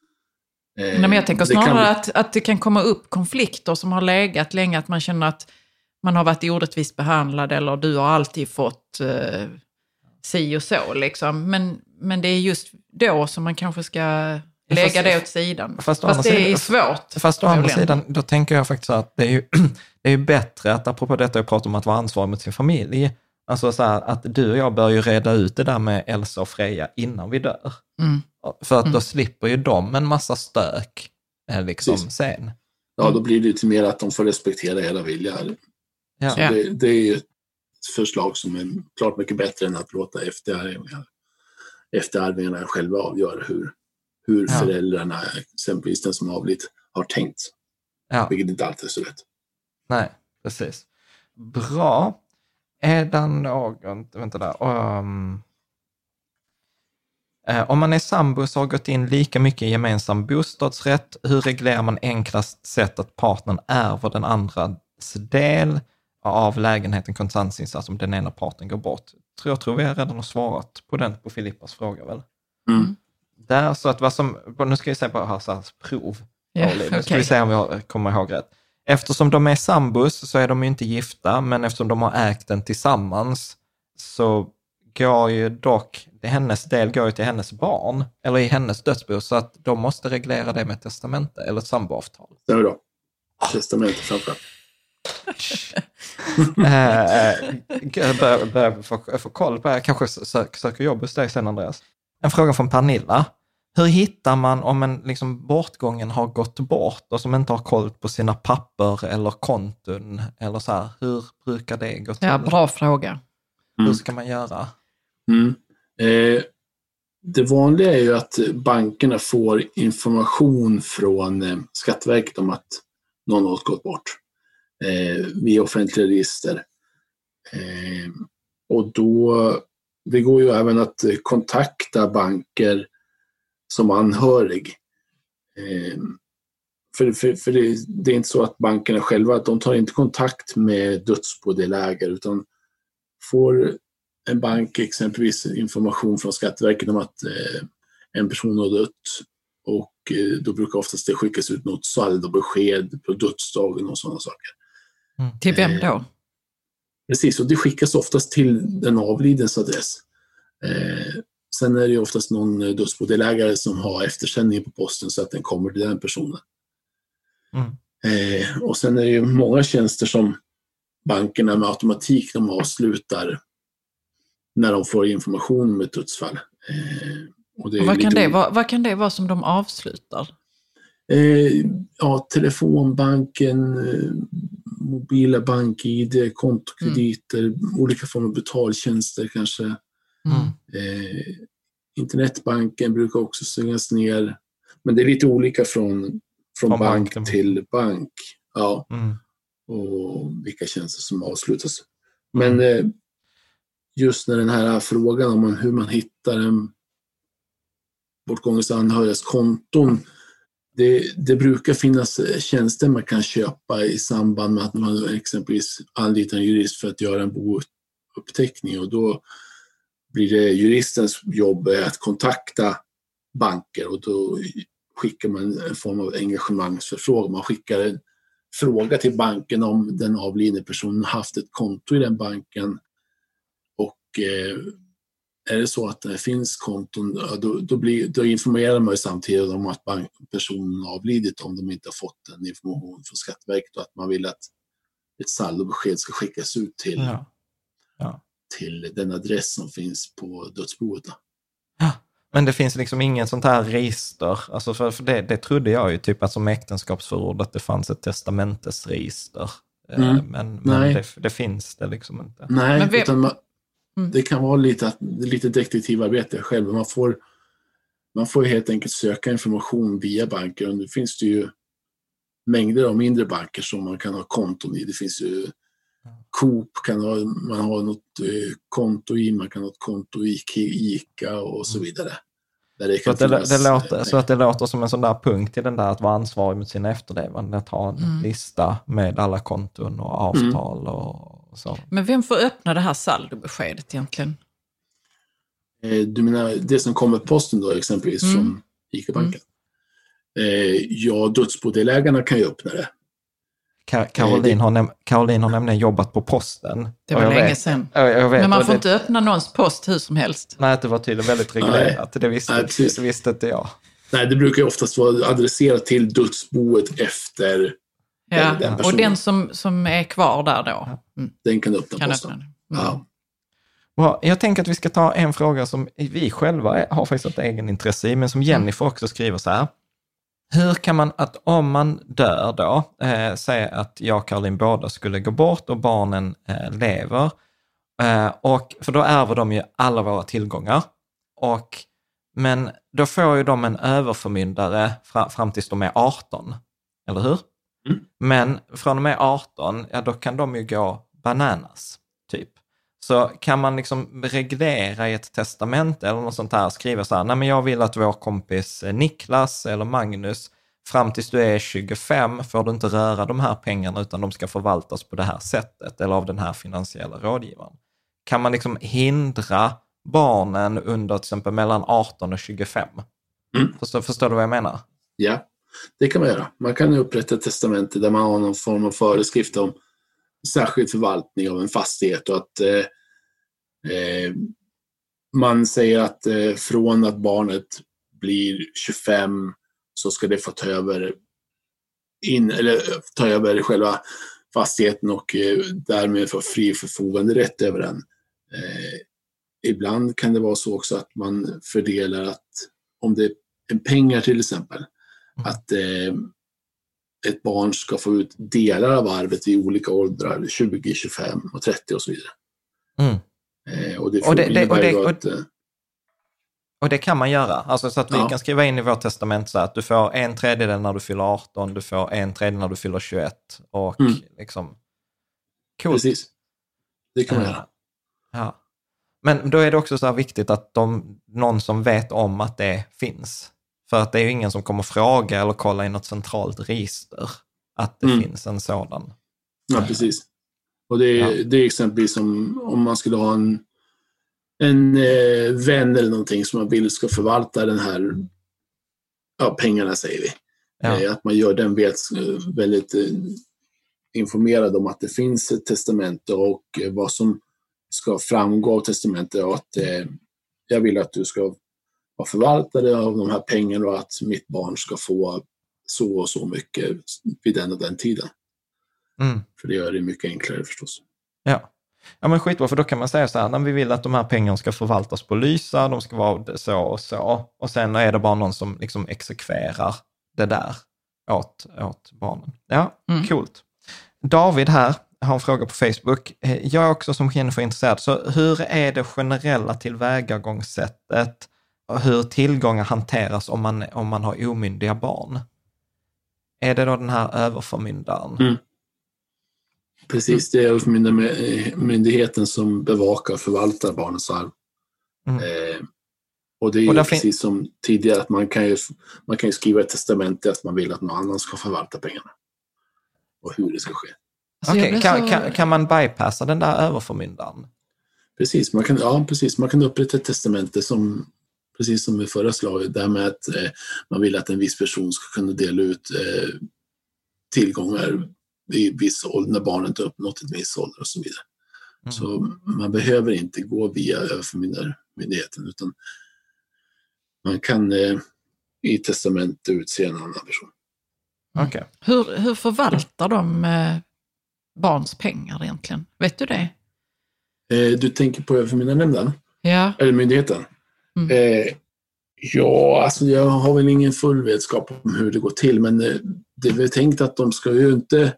eh, Nej, men jag tänker snarare kan... att, att det kan komma upp konflikter som har legat länge, att man känner att man har varit orättvist behandlad eller du har alltid fått eh, si och så liksom. Men, men det är just då som man kanske ska lägga fast, det åt sidan. Fast, fast det sidan, är svårt. Fast å andra sidan, då tänker jag faktiskt att det är ju, det är ju bättre att, apropå detta jag pratar om att vara ansvarig mot sin familj, alltså så här, att du och jag bör ju reda ut det där med Elsa och Freja innan vi dör. Mm. För att då mm. slipper ju de en massa stök liksom Precis. sen. Ja, då blir det ju till mer att de får respektera hela viljan. Ja. Så det, det är ju ett förslag som är klart mycket bättre än att låta efterarvingarna, efterarvingarna själva avgöra hur hur ja. föräldrarna, exempelvis den som avlidit, har tänkt. Ja. Vilket inte alltid är så lätt. Nej, precis. Bra. Är det någon... Vänta där. Um, eh, om man är sambo så har gått in lika mycket i gemensam bostadsrätt. Hur reglerar man enklast sätt att partnern ärver den andras del av lägenheten kontantinsats om den ena parten går bort? Jag tror vi har redan svarat på den på Filippas fråga, väl? Mm. Där, så att vad som, nu ska vi se på här så här, prov. Yeah, nu okay. ska vi se om jag kommer ihåg rätt. Eftersom de är sambos så är de ju inte gifta, men eftersom de har ägt den tillsammans så går ju dock, det hennes del går ju till hennes barn, eller i hennes dödsbo, så att de måste reglera det med testamente eller ett samboavtal. Det är då. Testamente framförallt. Jag börjar få, få koll på det. Jag kanske söker, söker jobb hos dig sen, Andreas. En fråga från Pernilla. Hur hittar man om en liksom bortgången har gått bort och som inte har koll på sina papper eller konton eller så här? Hur brukar det gå till? Ja, bra fråga. Hur ska man göra? Mm. Eh, det vanliga är ju att bankerna får information från eh, Skatteverket om att någon har gått bort eh, via offentliga register. Eh, och då det går ju även att kontakta banker som anhörig. Eh, för för, för det, det är inte så att bankerna själva, de tar inte kontakt med dödsbodelägare, utan får en bank exempelvis information från Skatteverket om att eh, en person har dött, och eh, då brukar oftast det skickas ut något sald och besked på dödsdagen och sådana saker. Mm. Till vem då? Eh, precis, och det skickas oftast till den avlidens adress. Eh, sen är det ju oftast någon dödsbodelägare som har eftersändning på posten så att den kommer till den personen. Mm. Eh, och sen är det ju många tjänster som bankerna med automatik de avslutar när de får information om ett dödsfall. Eh, och det är och vad, kan lite... det vara, vad kan det vara som de avslutar? Eh, ja, telefonbanken, eh, mobila bank-I D, kontokrediter, mm. olika former av betaltjänster kanske. Mm. Eh, internetbanken brukar också stängas ner. Men det är lite olika från, från, från bank till bank. Ja. Mm. Och vilka tjänster som avslutas. Men mm. eh, just när den här frågan om hur man hittar en bortgångens anhörigas konton, det, det brukar finnas tjänster man kan köpa i samband med att man exempelvis anlitar en jurist för att göra en bouppteckning, och då blir det juristens jobb att kontakta banker, och då skickar man en form av engagemangsförfrågan. Man skickar en fråga till banken om den avlidne personen haft ett konto i den banken, och eh, är det så att det finns konton, då, då, blir, då informerar man ju samtidigt om att bank, personen avlidit om de inte har fått den information från Skatteverket, och att man vill att ett saldobesked ska skickas ut till, ja. Ja. till den adress som finns på dödsboet. Ja. Men det finns liksom ingen sånt här register, alltså för, för det, det trodde jag ju typ att som äktenskapsförord att det fanns ett testamentesregister, mm. men, men det, det finns det liksom inte. Nej, men vi... utan man, mm. det kan vara lite, lite detektivarbete själv. Man får, man får helt enkelt söka information via banker, och nu finns det ju mängder av mindre banker som man kan ha konton i. Det finns ju Coop, kan ha, man har något eh, konto i, man kan ha ett konto i Ica och så vidare. Där det kan så, att det, finnas, det låter, eh, så att det låter som en sån där punkt i den där att vara ansvarig mot sina efterlevande, att ha en mm. lista med alla konton och avtal mm. och så. Men vem får öppna det här saldobeskedet egentligen? Eh, du menar det som kommer posten då exempelvis mm. från Ica-banken? Mm. Eh, ja, dödsbodelägarna kan ju öppna det. Caroline har, näm- Caroline har nämligen jobbat på posten. Det var länge vet, sedan. Jag, jag vet, men man får det, inte öppna någons post hur som helst. Nej, det var tydligen väldigt reglerat. Nej, det, visste, nej, det visste inte jag. Nej, det brukar ju oftast vara adresserat till dödsboet efter ja, den personen. Och den som, som är kvar där då. Mm. Den kan öppna kan posten. Öppna mm. Ja. Bra. Jag tänker att vi ska ta en fråga som vi själva har faktiskt ett egen intresse i, men som Jennifer mm. också skriver så här. Hur kan man, att om man dör då, eh, säga att jag och Caroline båda skulle gå bort och barnen eh, lever, eh, och, för då ärver de ju alla våra tillgångar, och, men då får ju de en överförmyndare fra, fram tills de är arton, eller hur? Mm. Men från och med arton, ja då kan de ju gå bananas, typ. Så kan man liksom reglera i ett testament eller något sånt här, skriva så här, nej men jag vill att vår kompis Niklas eller Magnus fram tills du är tjugofem får du inte röra de här pengarna utan de ska förvaltas på det här sättet eller av den här finansiella rådgivaren. Kan man liksom hindra barnen under till exempel mellan arton och tjugofem? Mm. Förstår, förstår du vad jag menar? Ja, det kan man göra. Man kan upprätta ett testamente där man har någon form av föreskrift om särskild förvaltning av en fastighet, och att eh, eh, man säger att eh, från att barnet blir tjugofem så ska det få ta över in, eller ta över själva fastigheten och eh, därmed få fri förfogande rätt över den. Eh, ibland kan det vara så också att man fördelar att om det är pengar till exempel, mm. att eh, ett barn ska få ut delar av arvet i olika åldrar, tjugo, tjugofem och trettio och så vidare. Mm. Eh, och, det och, det, det, och, det, och, att, eh, och det kan man göra. Alltså så att vi ja. kan skriva in i vårt testament så att du får en tredjedel när du fyller arton, du får en tredjedel när du fyller tjugoett och mm. liksom... Coolt. Precis. Det kan man ja. göra. Ja. Men då är det också så här viktigt att de, någon som vet om att det finns. För att det är ju ingen som kommer fråga eller kolla i något centralt register att det mm. finns en sådan. Ja, precis. Och det är, ja. det är exempelvis som om man skulle ha en, en eh, vän eller någonting som man vill ska förvalta den här ja, pengarna, säger vi. Ja. Eh, att man gör den vet, väldigt eh, informerad om att det finns ett testamente och eh, vad som ska framgå av testamentet, och att eh, jag vill att du ska vara förvaltare av de här pengarna och att mitt barn ska få så och så mycket vid den och den tiden. Mm. För det gör det mycket enklare förstås. Ja. Ja, men skitbra, för då kan man säga så här, när vi vill att de här pengarna ska förvaltas på Lysa, de ska vara så och så, och sen är det bara någon som liksom exekverar det där åt, åt barnen. Ja, mm. Coolt. David här har en fråga på Facebook. Jag är också som Jennifer intresserad, så hur är det generella tillvägagångssättet och hur tillgångar hanteras om man, om man har omyndiga barn? Är det då den här överförmyndaren? Mm. precis. Det är överförmyndarmyndigheten som bevakar och förvaltar barnets arv. Mm. Eh, och det är ju precis fin- som tidigare att man kan ju, man kan ju skriva ett testamente att man vill att någon annan ska förvalta pengarna. Och hur det ska ske. Okej, okay. kan, kan, kan man bypassa den där överförmyndaren? Precis, man kan, ja, precis. Man kan upprätta ett testamente som, precis som i förra slaget, där med att eh, man vill att en viss person ska kunna dela ut eh, tillgångar i viss ålder när barnet har uppnått ett viss ålder och så vidare. Mm. Så man behöver inte gå via överförmyndarmyndigheten, utan man kan eh, i testamente utse en annan person. Mm. Okay. Hur, hur förvaltar de eh, barns pengar egentligen? Vet du det? Eh, du tänker på överförmyndarnämnden? Ja. Eller myndigheten? Mm. Eh, ja, alltså jag har väl ingen full vetskap om hur det går till, men eh, det är väl tänkt att de ska ju inte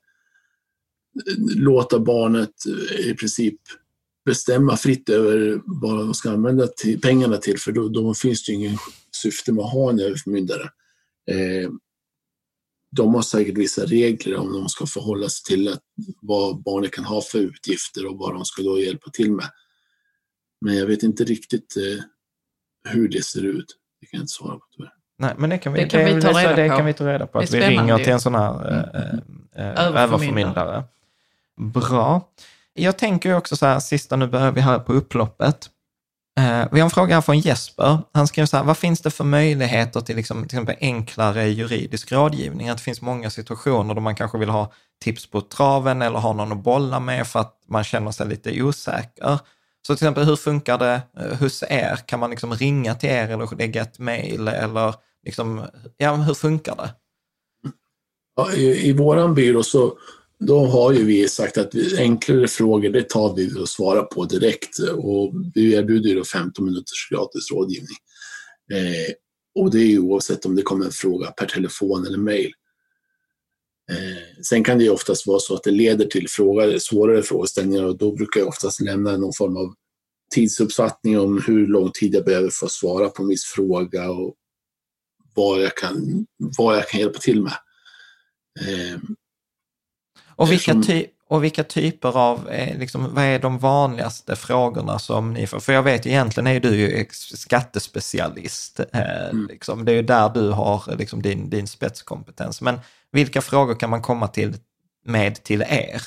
låta barnet i princip bestämma fritt över vad de ska använda till, pengarna till, för då, då finns det ju ingen syfte med att ha en överförmyndare. Eh, de har säkert vissa regler om de ska förhålla sig till att vad barnet kan ha för utgifter och vad de ska då hjälpa till med. Men jag vet inte riktigt eh, hur det ser ut. Det kan jag inte svara på tyvärr. Nej, men det kan vi, det kan, det, vi, ta reda det på. kan vi ta reda på. Att vi ringer till en sån här mm. äh, äh, överförmyndare. Bra. Jag tänker ju också så här, sista nu börjar vi här på upploppet. Eh, vi har en fråga här från Jesper. Han skriver så här, vad finns det för möjligheter till liksom, till exempel enklare juridisk rådgivning? Att det finns många situationer där man kanske vill ha tips på traven eller ha någon att bolla med för att man känner sig lite osäker. Så till exempel, hur funkar det hos er? Kan man liksom ringa till er eller lägga ett mejl? Eller liksom, ja, hur funkar det? Ja, i, I våran byrå så då har ju vi sagt att vi, enklare frågor, det tar vi att svara på direkt. Och vi erbjuder då femton minuters gratis rådgivning. Eh, och det är ju oavsett om det kommer en fråga per telefon eller mejl. Eh, sen kan det ju oftast vara så att det leder till frågor, svårare frågeställningar, och då brukar jag oftast lämna någon form av tidsuppfattning om hur lång tid jag behöver för att svara på en viss fråga och vad jag kan, vad jag kan hjälpa till med. Eh, Och vilka, ty- och vilka typer av, eh, liksom, vad är de vanligaste frågorna som ni får? För jag vet, egentligen är du ju skattespecialist. Eh, mm. liksom, det är ju där du har liksom, din, din spetskompetens. Men vilka frågor kan man komma till med till er?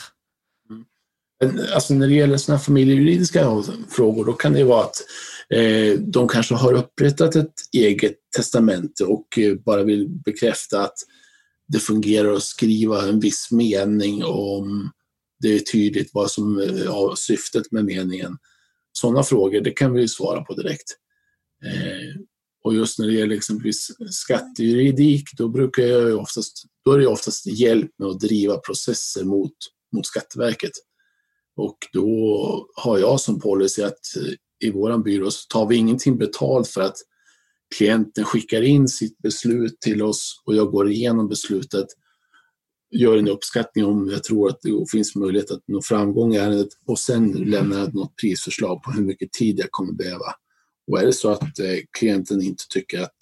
Mm. Alltså när det gäller sådana familjejuridiska frågor, då kan det vara att eh, de kanske har upprättat ett eget testamente och eh, bara vill bekräfta att det fungerar att skriva en viss mening om det är tydligt vad som är syftet med meningen. Sådana frågor, det kan vi svara på direkt. Eh, och just när det gäller exempelvis skattejuridik, då brukar jag oftast, då är det oftast hjälp med att driva processer mot, mot Skatteverket. Och då har jag som policy att i våran byrå så tar vi ingenting betalt för att klienten skickar in sitt beslut till oss och jag går igenom beslutet, gör en uppskattning om jag tror att det finns möjlighet att nå framgång i ärendet och sen lämnar jag något prisförslag på hur mycket tid jag kommer behöva. Och är det så att eh, klienten inte tycker att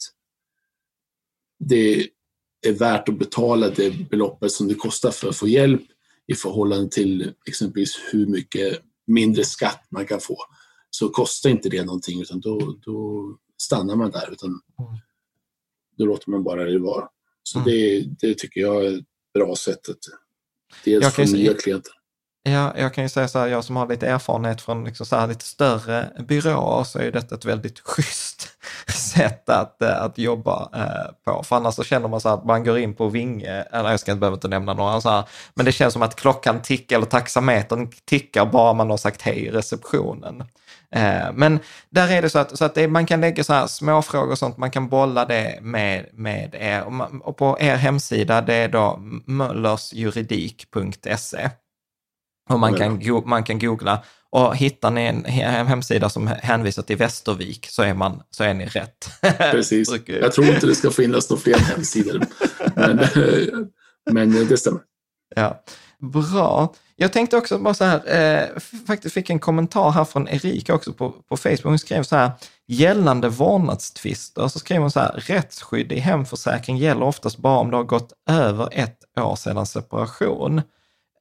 det är värt att betala det beloppet som det kostar för att få hjälp i förhållande till exempelvis hur mycket mindre skatt man kan få, så kostar inte det någonting, utan då, då stannar man där, utan då låter man bara det vara. Så mm. det, det tycker jag är ett bra sätt att dels få nya klienter. Ja, jag kan ju säga så här, jag som har lite erfarenhet från liksom så här lite större byråer, så är detta ett väldigt schysst sätt att, att jobba eh, på. För annars så känner man så här att man går in på Vinge, eller jag ska inte behöva inte nämna några så här, men det känns som att klockan tickar eller taxametern tickar bara man har sagt hej i receptionen. Eh, men där är det så att, så att det, man kan lägga så här små frågor och sånt, man kan bolla det med, med er. Och, man, och på er hemsida, det är då möllersjuridik punkt se. Och man kan, man kan googla, och hittar ni en hemsida som hänvisar till Västervik, så är, man, så är ni rätt. Precis. Jag tror inte det ska finnas några fler hemsidor, men, men det stämmer. Ja, bra. Jag tänkte också bara så här, eh, faktiskt fick en kommentar här från Erika också på, på Facebook. Hon skrev så här, gällande vårdnadstvister, så skrev hon så här, rättsskydd i hemförsäkring gäller oftast bara om det har gått över ett år sedan separation.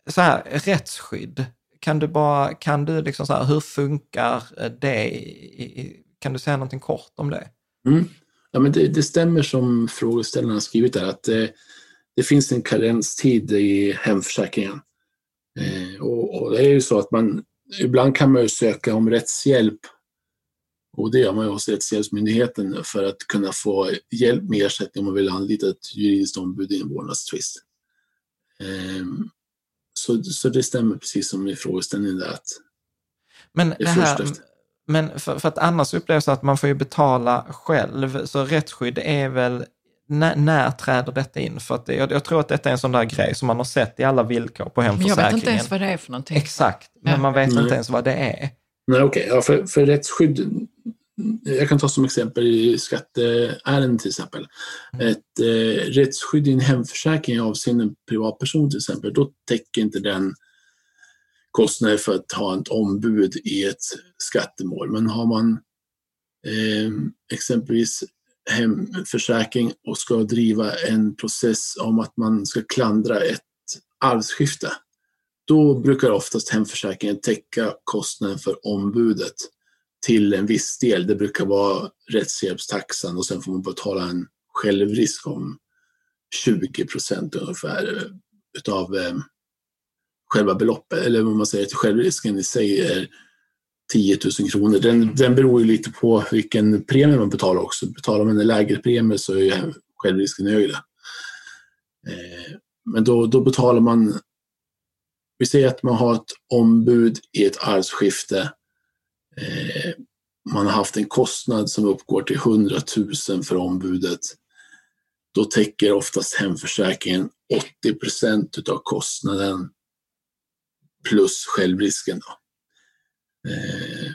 så här, rättsskydd, kan du bara, kan du liksom så här, hur funkar det? I, kan du säga någonting kort om det? Mm. Ja, men det, det stämmer som frågeställaren har skrivit där, att det, det finns en karenstid i hemförsäkringen. Eh, och, och det är ju så att man, ibland kan man ju söka om rättshjälp, och det gör man ju hos Rättshjälpsmyndigheten för att kunna få hjälp med ersättning om man vill anlita ett juridiskt ombud i en vårdnadstvist. Eh, så, så det stämmer precis som i frågeställningen där, att men det det är här, först efter. Men för, för att annars upplevs det att man får ju betala själv, så rättsskydd är väl, när, när träder detta in? För att det, jag, jag tror att detta är en sån där grej som man har sett i alla villkor på hemförsäkringen. Men jag vet inte ens vad det är för någonting. Exakt, men ja. man vet Nej. inte ens vad det är. Nej, okej. Okay. Ja, för, för rättsskydd, jag kan ta som exempel i skatteärenden till exempel. Mm. Ett eh, rättsskydd i en hemförsäkring avseende en privatperson till exempel, då täcker inte den kostnader för att ha ett ombud i ett skattemål. Men har man eh, exempelvis hemförsäkring och ska driva en process om att man ska klandra ett arvsskifte, då brukar oftast hemförsäkringen täcka kostnaden för ombudet till en viss del. Det brukar vara rättshjälpstaxan, och sen får man betala en självrisk om tjugo procent ungefär utav eh, själva beloppet, eller vad man säger, att självrisken i sig är tio tusen kronor. Den, den beror ju lite på vilken premie man betalar också. Betalar man en lägre premie så är självrisken högre. Eh, men då, då betalar man, vi säger att man har ett ombud i ett arvsskifte. Eh, man har haft en kostnad som uppgår till hundratusen för ombudet. Då täcker oftast hemförsäkringen åttio procent utav kostnaden plus självrisken då. Eh,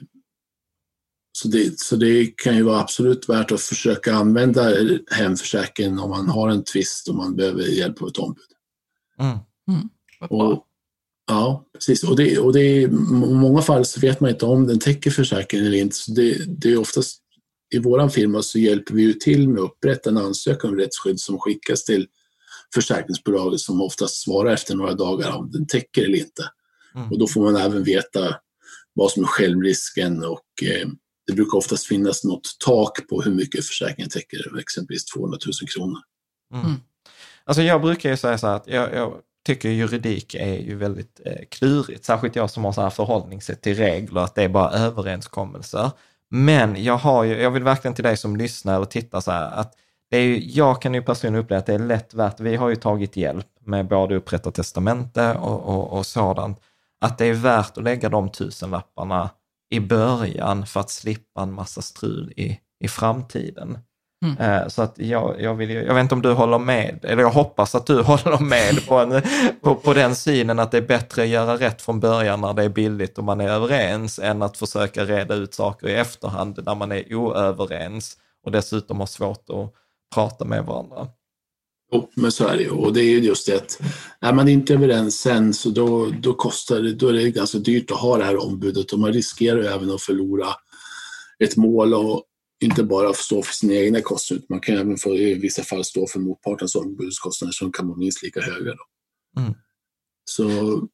så, det, så det kan ju vara absolut värt att försöka använda hemförsäkringen om man har en tvist och man behöver hjälp av ett ombud. Mm. Mm. Och, ja, precis. Och, det, och det är, i många fall så vet man inte om den täcker försäkringen eller inte. Så det, det är oftast, i våran firma så hjälper vi ju till med att upprätta en ansökan om rättsskydd som skickas till försäkringsbolaget, som oftast svarar efter några dagar om den täcker eller inte. Mm. Och då får man även veta vad som är självrisken, och eh, det brukar oftast finnas något tak på hur mycket försäkringen täcker, exempelvis tvåhundratusen kronor. Mm. Alltså jag brukar ju säga så här att jag, jag tycker juridik är ju väldigt eh, klurigt, särskilt jag som har så här förhållningssätt till regler, att det är bara överenskommelser. Men jag har ju, jag vill verkligen till dig som lyssnar och tittar så här, att det är ju, jag kan ju personligen uppleva att det är lätt värt, vi har ju tagit hjälp med både upprätta testamente och, och, och sådant, att det är värt att lägga de tusenlapparna i början för att slippa en massa strul i, i framtiden. Mm. Eh, så att jag, jag, vill, jag vet inte om du håller med, eller jag hoppas att du håller med på, en, på, på den synen att det är bättre att göra rätt från början när det är billigt och man är överens, än att försöka reda ut saker i efterhand när man är oöverens och dessutom har svårt att prata med varandra. Jo, men så är det ju. Och det är ju just det att är man inte överens sen, så då, då kostar det, då är det ganska dyrt att ha det här ombudet, och man riskerar ju även att förlora ett mål och inte bara stå för sina egna kostnader, man kan även för, i vissa fall stå för motpartens ombudskostnader, som kan vara minst lika höga då. Mm. Så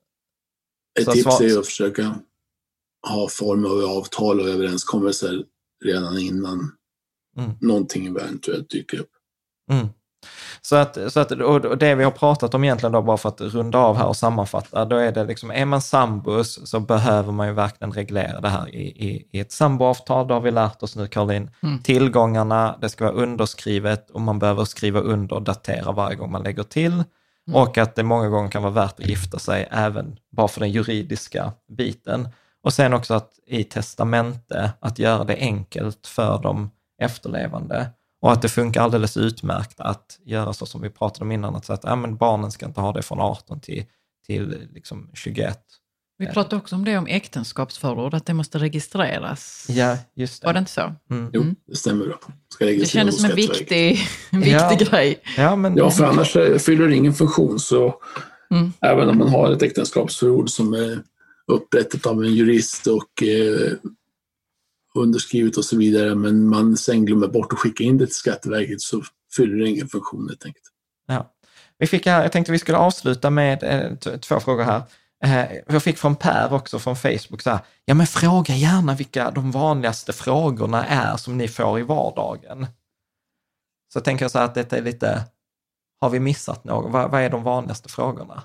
ett så tips svar... är att försöka ha former av avtal och överenskommelser redan innan mm. någonting eventuellt dyker upp. Mm. Så att, så att och det vi har pratat om egentligen då, bara för att runda av här och sammanfatta, då är det liksom, är man sambos så behöver man ju verkligen reglera det här i, i, i ett samboavtal. Då har vi lärt oss nu, Caroline, mm. tillgångarna, det ska vara underskrivet och man behöver skriva under och datera varje gång man lägger till. Mm. Och att det många gånger kan vara värt att gifta sig även bara för den juridiska biten. Och sen också att i testamente att göra det enkelt för de efterlevande. Och att det funkar alldeles utmärkt att göra så som vi pratade om innan, att säga att ja, men barnen ska inte ha det från arton till, till liksom tjugoett. Vi pratade också om det om äktenskapsförord, att det måste registreras. Ja, just det. Var det inte så? Mm. Jo, det stämmer bra. Ska det kändes som en viktig, viktig ja. grej. Ja, men... ja, för annars fyller det ingen funktion. Så mm. även om man har ett äktenskapsförord som är upprättat av en jurist och eh, underskrivet och så vidare, men man sen glömmer bort att skicka in det till Skatteverket, så fyller det ingen funktion helt enkelt. Ja. Vi fick här, jag tänkte vi skulle avsluta med eh, t- två frågor här. Eh, jag fick från Per också från Facebook så här, ja men fråga gärna vilka de vanligaste frågorna är som ni får i vardagen. Så jag tänker så här att detta är lite, har vi missat något? Vad, vad är de vanligaste frågorna?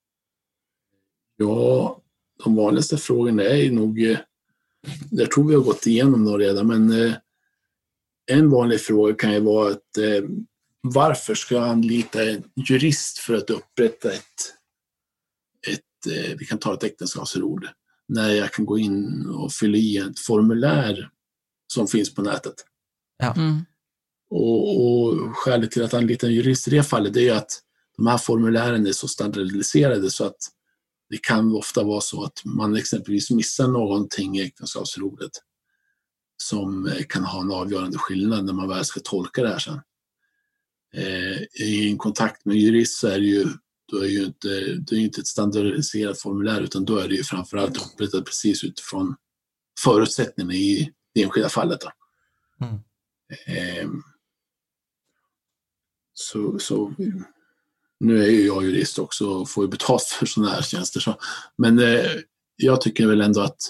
Ja, de vanligaste frågorna är nog, jag tror vi har gått igenom dem redan, men eh, en vanlig fråga kan ju vara att eh, varför ska jag anlita en jurist för att upprätta ett, ett eh, vi kan ta ett äktenskapsförord, när jag kan gå in och fylla i ett formulär som finns på nätet. Ja. Mm. Och, och skälet till att anlita en jurist i det fallet är ju att de här formulären är så standardiserade så att det kan ofta vara så att man exempelvis missar någonting i äktenskapsförordet som kan ha en avgörande skillnad när man väl ska tolka det här sen. Eh, I en kontakt med jurist så är det ju, då är ju inte, det är ju inte ett standardiserat formulär, utan då är det ju framförallt upprättat precis utifrån förutsättningarna i det enskilda fallet. Då. Mm. Eh, så, så nu är ju jag jurist också och får ju betalt för sådana här tjänster. Så. Men eh, jag tycker väl ändå att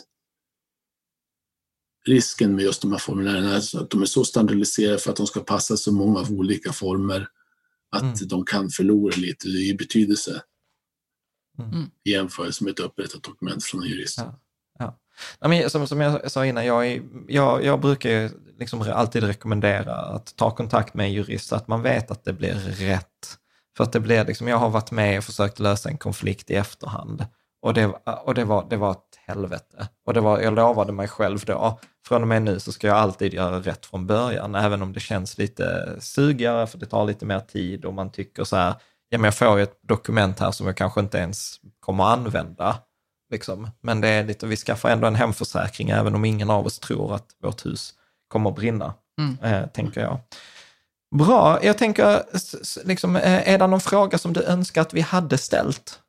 risken med just de här formulären är att de är så standardiserade för att de ska passa så många av olika former att mm. de kan förlora lite i betydelse mm. i jämförelse med ett upprättat dokument från en jurist. Ja. Ja. Ja, men som, som jag sa innan, jag, är, jag, jag brukar liksom alltid rekommendera att ta kontakt med en jurist så att man vet att det blir rätt. För att det blir liksom, jag har varit med och försökt lösa en konflikt i efterhand. Och det, och det, var, det var ett helvete. Och det var, jag lovade mig själv då, från och med nu så ska jag alltid göra rätt från början. Även om det känns lite sugigare för det tar lite mer tid. Och man tycker så här, ja men jag får ju ett dokument här som jag kanske inte ens kommer att använda. Liksom. Men det är lite, vi skaffar ändå en hemförsäkring även om ingen av oss tror att vårt hus kommer att brinna. Mm. Eh, tänker jag. Bra, jag tänker, liksom, är det någon fråga som du önskar att vi hade ställt?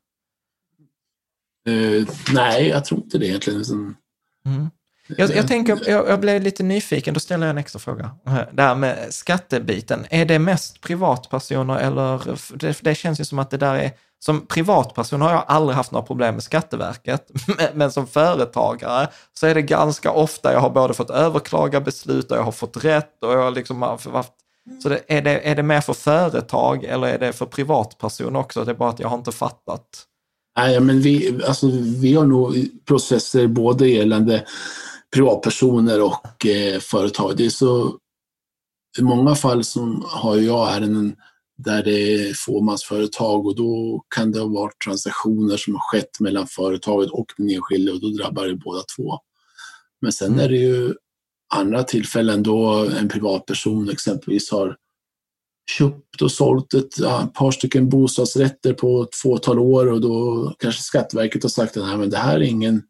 Uh, nej, jag tror inte det egentligen. Mm. Jag, jag tänker, jag, jag blev lite nyfiken, då ställer jag en extra fråga. Det här med skattebiten, är det mest privatpersoner eller, det, det känns ju som att det där är, som privatperson har jag aldrig haft några problem med Skatteverket, men som företagare så är det ganska ofta jag har både fått överklaga beslut och jag har fått rätt och jag har liksom haft. Så det, är, det, är det mer för företag eller är det för privatperson också? Det är bara att jag har inte fattat. Nej, men vi, alltså, vi har nog processer både gällande privatpersoner och eh, företag. Det är så, i många fall som har jag ärenden där det är fåmansföretag och då kan det ha varit transaktioner som har skett mellan företaget och den enskilde och då drabbar det båda två. Men sen mm. är det ju andra tillfällen då en privatperson exempelvis har köpt och sålt ett ja, par stycken bostadsrätter på ett fåtal år och då kanske Skatteverket har sagt att men det här är ingen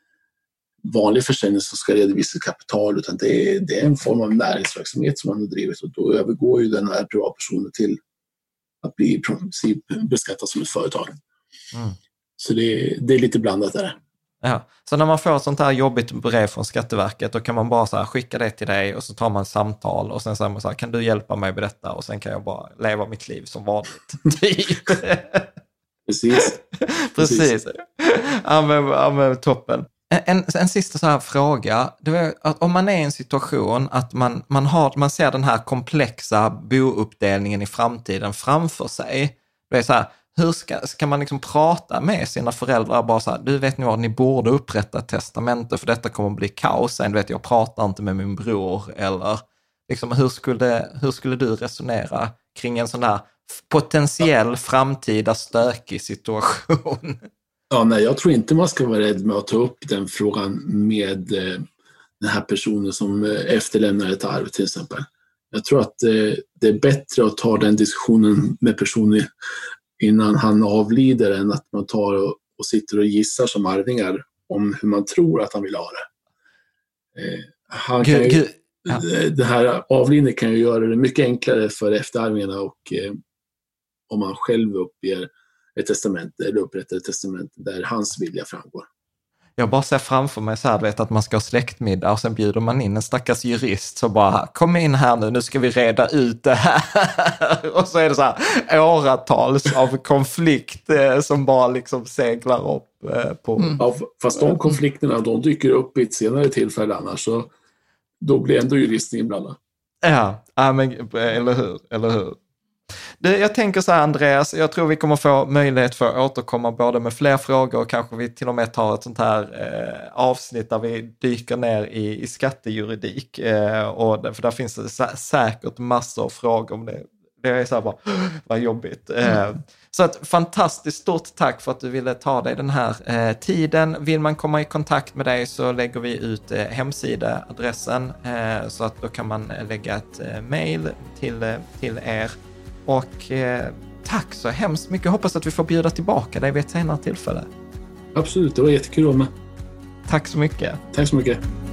vanlig försäljning som ska redovisa kapital utan det är, det är en form av näringsverksamhet som man har drivit och då övergår ju den här privatpersonen till att bli i princip beskattas som ett företag. Mm. Så det, det är lite blandat där. Ja. Så när man får ett sånt här jobbigt brev från Skatteverket då kan man bara så här, skicka det till dig och så tar man ett samtal och sen säger man så här, kan du hjälpa mig med detta och sen kan jag bara leva mitt liv som vanligt. Typ. Precis. Precis. Ja, men, ja, men, toppen. En, en sista så här fråga, det är att om man är i en situation att man, man, har, man ser den här komplexa bouppdelningen i framtiden framför sig, det är så här, hur ska, ska man liksom prata med sina föräldrar bara så här, du vet nog att ni borde upprätta ett testamente för detta kommer att bli kaos, sen vet jag pratar inte med min bror eller liksom, hur, skulle, hur skulle du resonera kring en sån där potentiell ja. framtida stökig situation? Ja, nej, jag tror inte man ska vara rädd med att ta upp den frågan med eh, den här personen som eh, efterlämnar ett arv till exempel. Jag tror att eh, det är bättre att ta den diskussionen med personen innan han avlider än att man tar och, och sitter och gissar som arvingar om hur man tror att han vill ha det. Eh, han Gud, kan ju, Gud. Ja. Det här avlidningen kan ju göra det mycket enklare för efterarvingarna och eh, om man själv uppger ett testament eller upprättar ett testament där hans vilja framgår. jag bara ser framför mig så här, vet, att man ska ha släktmiddag och sen bjuder man in en stackars jurist så bara, kom in här nu, nu ska vi reda ut det här. Och så är det så här åratals av konflikt eh, som bara liksom seglar upp eh, på... Mm. Ja, fast de konflikterna, de dyker upp i ett senare tillfälle annars, så då blir ändå juristen inblandad. Ja, ja men, eller hur, eller hur. Det, jag tänker så här, Andreas, jag tror vi kommer få möjlighet för att återkomma både med fler frågor och kanske vi till och med tar ett sånt här eh, avsnitt där vi dyker ner i, i skattejuridik. Eh, och, för där finns det sä- säkert massor av frågor om det. Det är så här bara, vad jobbigt. Mm. Eh, så ett fantastiskt stort tack för att du ville ta dig den här eh, tiden. Vill man komma i kontakt med dig så lägger vi ut eh, hemsidaadressen eh, så att då kan man lägga ett eh, mail till, eh, till er. Och eh, tack så hemskt mycket. Hoppas att vi får bjuda tillbaka dig vid ett senare tillfälle. Absolut, det var jättekul med. Tack så mycket. Tack så mycket.